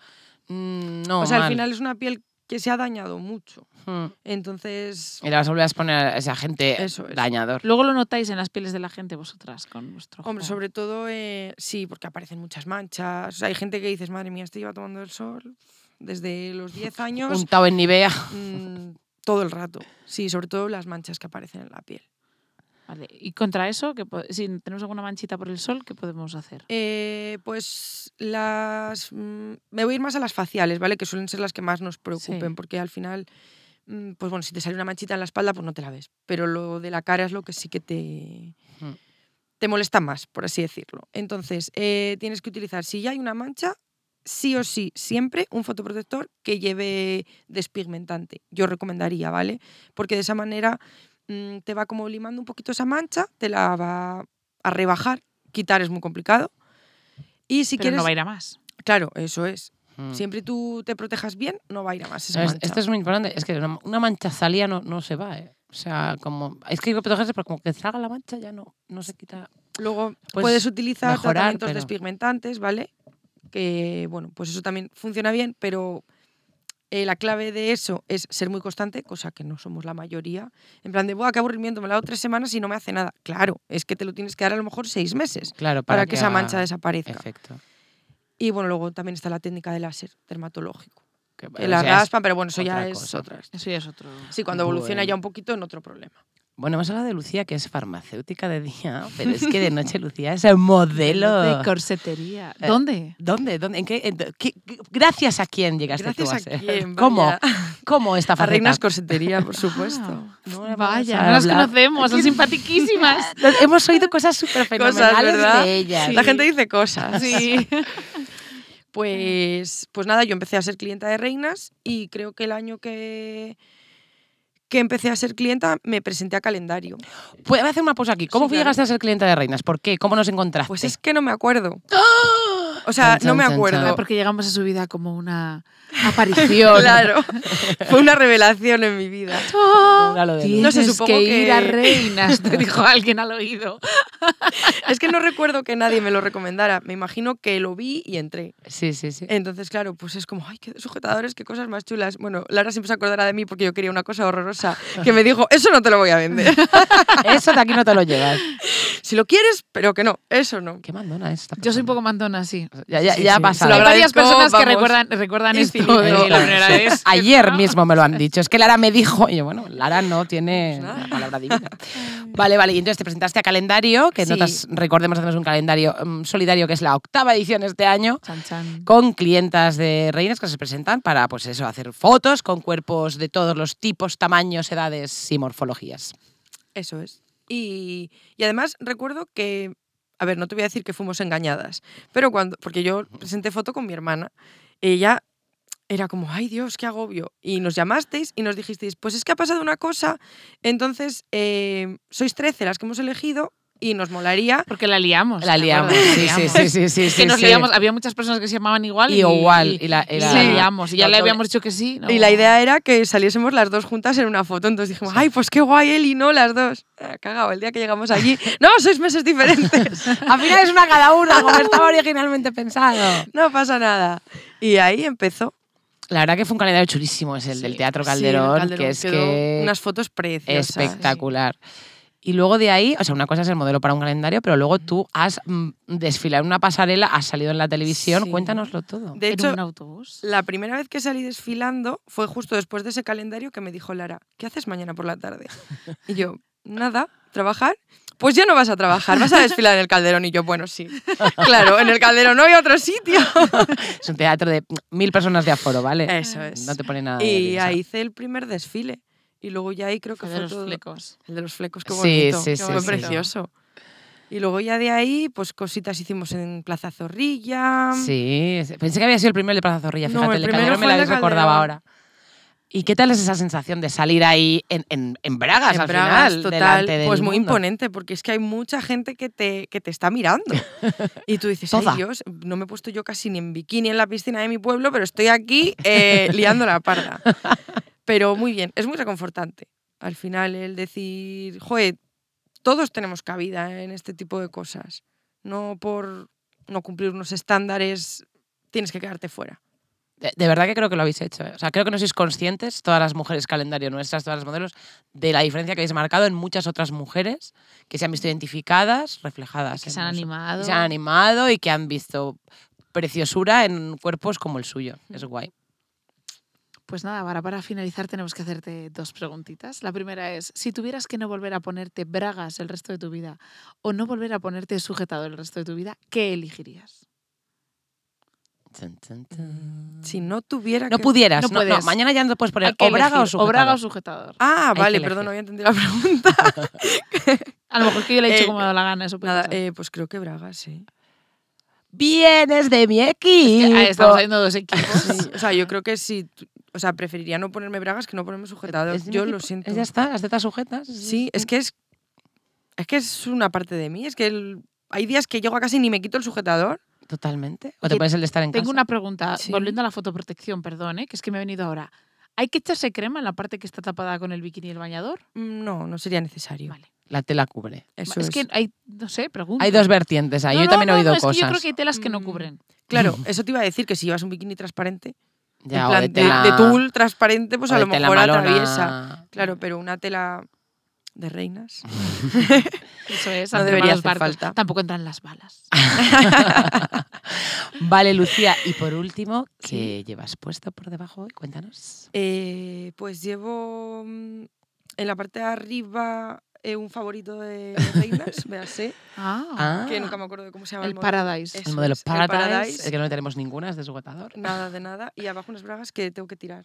mm, no. o sea, mal. al final es una piel que se ha dañado mucho. Mm. Entonces, Y le vas a volver a exponer a ese agente Eso es. dañador. Luego lo notáis en las pieles de la gente vosotras con vuestro hombre, ojo. sobre todo, eh, sí, porque aparecen muchas manchas. O sea, hay gente que dices, madre mía, este lleva tomando el sol desde los diez años. Untado en Nivea. mm, todo el rato. Sí, sobre todo las manchas que aparecen en la piel. Vale. Y contra eso, que si tenemos alguna manchita por el sol, ¿qué podemos hacer? Eh, pues las... Mm, me voy a ir más a las faciales, ¿vale? Que suelen ser las que más nos preocupen, Sí. porque al final, mm, pues bueno, si te sale una manchita en la espalda, pues no te la ves. Pero lo de la cara es lo que sí que te... Mm. te molesta más, por así decirlo. Entonces, eh, tienes que utilizar, si ya hay una mancha, sí o sí, siempre un fotoprotector que lleve despigmentante. Yo recomendaría, ¿vale? Porque de esa manera mmm, te va como limando un poquito esa mancha, te la va a rebajar, quitar es muy complicado. Y si Pero quieres, no va a ir a más. Claro, eso es. Mm. Siempre tú te protejas bien, no va a ir a más esa Es- mancha. Esto es muy importante. Es que una, una mancha salía no, no se va, ¿eh? O sea, como... Es que hay que protegerse, pero como que salga la mancha ya no, no se quita... Luego Pues puedes utilizar mejorar, tratamientos pero- despigmentantes, ¿vale? Que, bueno, pues eso también funciona bien, pero eh, la clave de eso es ser muy constante, cosa que no somos la mayoría. En plan de, ¡buah, qué aburrimiento! Me lo hago tres semanas y no me hace nada. Claro, es que te lo tienes que dar a lo mejor seis meses Claro, para, para, que, esa haga mancha desaparezca. efecto. Y bueno, luego también está la técnica de láser dermatológico. Que, Que o la sea, es raspan, pero bueno, eso ya otra es cosa. otra. Eso ya es otro. Sí, cuando evoluciona Bueno. ya un poquito, en otro problema. Bueno, hemos hablado de Lucía, que es farmacéutica de día, pero es que de noche Lucía es modelo. De corsetería. Eh, ¿Dónde? ¿Dónde? ¿Dónde? ¿En qué, en qué- gracias a quién llegaste Gracias tú a a ser? quién, ¿Cómo? vaya. ¿Cómo esta A faceta? Reinas Corsetería, por supuesto. Ah, No la vamos vaya, a no las hablar. conocemos, son simpatiquísimas. Hemos oído cosas súper fenomenales Cosas, ¿verdad? de ellas. La gente dice cosas. Sí. Pues, pues nada, yo empecé a ser clienta de Reinas y creo que el año que, que empecé a ser clienta me presenté a calendario. Voy a hacer una pausa aquí. ¿Cómo Sí, claro. llegaste a ser clienta de Reinas? ¿Por qué? ¿Cómo nos encontraste? Pues es que no me acuerdo. O sea, Chan, no me chan, chan, acuerdo. chan. Porque llegamos a su vida como una aparición. Claro, fue una revelación en mi vida. Era lo de Tienes No sé, supongo que, que- ir a Reinas, te dijo alguien al oído. Es que no recuerdo que nadie me lo recomendara. Me imagino que lo vi y entré. Sí, sí, sí. Entonces, claro, pues es como, ay, qué sujetadores, qué cosas más chulas. Bueno, Lara siempre se acordará de mí porque yo quería una cosa horrorosa que me dijo, eso no te lo voy a vender. Eso de aquí no te lo llevas. Si lo quieres, pero que no, eso no. Qué mandona es esta Yo soy un persona. poco mandona, sí. Ya, ya, Sí, ya sí. ha pasado. Se Hay lo varias agradezco, personas que vamos, recuerdan, recuerdan esto infinito. de la primera vez. Ayer mismo me lo han dicho. Es que Lara me dijo, y yo, bueno, Lara no tiene Pues nada. la palabra divina. Vale, vale. Y entonces te presentaste a calendario, que Sí. notas, recordemos, hacemos un calendario um, solidario, que es la octava edición este año, Chan, chan. con clientas de Reinas que se presentan para, pues eso, hacer fotos con cuerpos de todos los tipos, tamaños, edades y morfologías. Eso es. Y, y además recuerdo que, a ver, no te voy a decir que fuimos engañadas, pero cuando, porque yo presenté foto con mi hermana, ella era como, ay Dios, qué agobio. Y nos llamasteis y nos dijisteis, pues es que ha pasado una cosa, entonces eh, sois trece las que hemos elegido y nos molaría. Porque la liamos. La ¿te liamos, acuerdas? sí, La sí, liamos. sí, sí, sí, Es que sí, nos sí. liamos, había muchas personas que se llamaban igual. Y igual, y la- y y la, la- liamos. Y ya la le doble- habíamos dicho que sí. ¿no? Y la idea era que saliésemos las dos juntas en una foto, entonces dijimos, ay, pues qué guay, Eli, no, las dos. Ah, cagado, el día que llegamos allí, no, sois meses diferentes. Al final es una cada una, como estaba originalmente pensado. No pasa nada. Y ahí empezó. La verdad que fue un calendario chulísimo, es el Sí, del Teatro sí, el Calderón, Calderón que es quedó que unas fotos preciosas. espectacular. Y luego de ahí, o sea, una cosa es el modelo para un calendario, pero luego tú has mm, desfilado en una pasarela, has salido en la televisión, Sí. cuéntanoslo todo. De En hecho, un autobús. la primera vez que salí desfilando fue justo después de ese calendario que me dijo Lara, ¿qué haces mañana por la tarde? Y yo, nada, ¿trabajar? Pues ya no vas a trabajar, vas a desfilar en el Calderón. Y yo, bueno, sí. Claro, en el Calderón no hay otro sitio. Es un teatro de mil personas de aforo, ¿vale? Eso es. No te pone nada de Y nerviosa. ahí hice el primer desfile. Y luego ya ahí creo que El de fue los todo- flecos. El de los flecos, qué Sí, bonito. sí, qué sí, fue sí. precioso. Y luego ya de ahí, pues cositas hicimos en Plaza Zorrilla. Sí, pensé que había sido el primero de Plaza Zorrilla, No, fíjate, el el de primero Calderón me fue lo el de habéis recordado Calderón. ahora. ¿Y qué tal es esa sensación de salir ahí en, en, en bragas En al Bragas, final? total, delante del pues muy mundo? imponente, porque es que hay mucha gente que te, que te está mirando. Y tú dices, Toda. ay Dios, no me he puesto yo casi ni en bikini en la piscina de mi pueblo, pero estoy aquí eh, liando la parda. Pero muy bien, es muy reconfortante. Al final el decir, joder, todos tenemos cabida en este tipo de cosas. No por no cumplir unos estándares tienes que quedarte fuera. De, de verdad que creo que lo habéis hecho. ¿eh? O sea, creo que no sois conscientes, todas las mujeres calendario nuestras, todas las modelos, de la diferencia que habéis marcado en muchas otras mujeres que se han visto identificadas, reflejadas. Que en se han noso- animado. y se han animado y que han visto preciosura en cuerpos como el suyo. Es guay. Pues nada, ahora para finalizar tenemos que hacerte dos preguntitas. La primera es, si tuvieras que no volver a ponerte bragas el resto de tu vida o no volver a ponerte sujetador el resto de tu vida, ¿qué elegirías? Tun, tun, tun. Si no tuviera No que... pudieras, No no, no, puedes. mañana ya no te puedes poner Hay que o braga o elegir, sujetador. o braga o sujetador. Ah, Hay vale, que perdón, no elegir. había entendido la pregunta. A lo mejor que yo le he dicho Eh, como me ha dado la gana. Eso puede Nada, pasar. eh, pues creo que bragas, sí. Vienes de mi equipo. Que, ah, estamos haciendo dos equipos. Sí, o sea, yo creo que sí. tu- O sea, preferiría no ponerme bragas que no ponerme sujetador. Es de mi Yo equipo. lo siento. Ya está, las tetas sujetas. Sí, es que es. Es que es una parte de mí. Es que el- hay días que llego a casa y ni me quito el sujetador. Totalmente. O te Oye, pones el de estar en Tengo casa. una pregunta, Sí. volviendo a la fotoprotección, perdón, ¿eh? que es que me ha venido ahora. ¿Hay que echarse crema en la parte que está tapada con el bikini y el bañador? Mm, No, no sería necesario. Vale. La tela cubre. Eso es, es. que hay, no sé, pregunto. Hay dos vertientes ahí. No, Yo no, también he no, oído no, es cosas. que yo creo que hay telas que no Mm. cubren. Claro, eso te iba a decir que si llevas un bikini transparente, Ya, en o plan, de de, tela, de tul transparente, pues o a de lo tela mejor malona. atraviesa. Claro, pero una tela de reinas. Eso es, No hacer debería malos hacer barcos. falta. Tampoco entran las balas. Vale, Lucía. Y por último, ¿qué Sí. llevas puesto por debajo hoy? Cuéntanos. Eh, pues llevo mm, en la parte de arriba eh, un favorito de reinas, véase, Ah, Ah, que nunca me acuerdo de cómo se llama. el modelo. Paradise. el Eso modelo es, el Paradise, Paradise. el que no tenemos ninguna, es de sujetador. Nada de nada. Y abajo unas bragas que tengo que tirar.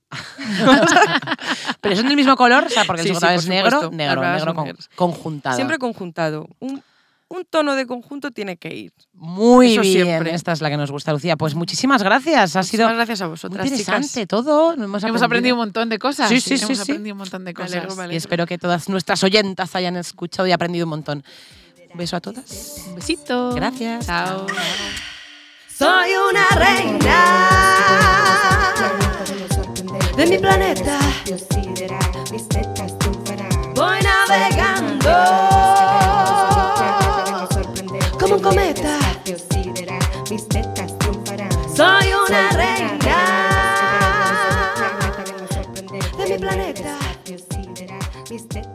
Pero son del mismo color, o sea, porque el Sí, sí, sujetador por es negro, supuesto. negro, Las bragas negro son con- negras. conjuntado. Siempre conjuntado. Un, un tono de conjunto tiene que ir. Muy Eso bien, siempre. esta es la que nos gusta, Lucía. Pues muchísimas gracias, ha sido Muchísimas gracias a muy vosotras, interesante chicas. todo. Hemos, Hemos aprendido un montón de cosas. Sí, sí, sí, Hemos sí. aprendido un montón de Me cosas. alegro, me Y alegro. espero que todas nuestras oyentas hayan escuchado y aprendido un montón. Un beso a todas. Un besito. Gracias. Chao. Soy una reina de mi planeta. Voy navegando como un cometa. Soy una reina de mi planeta.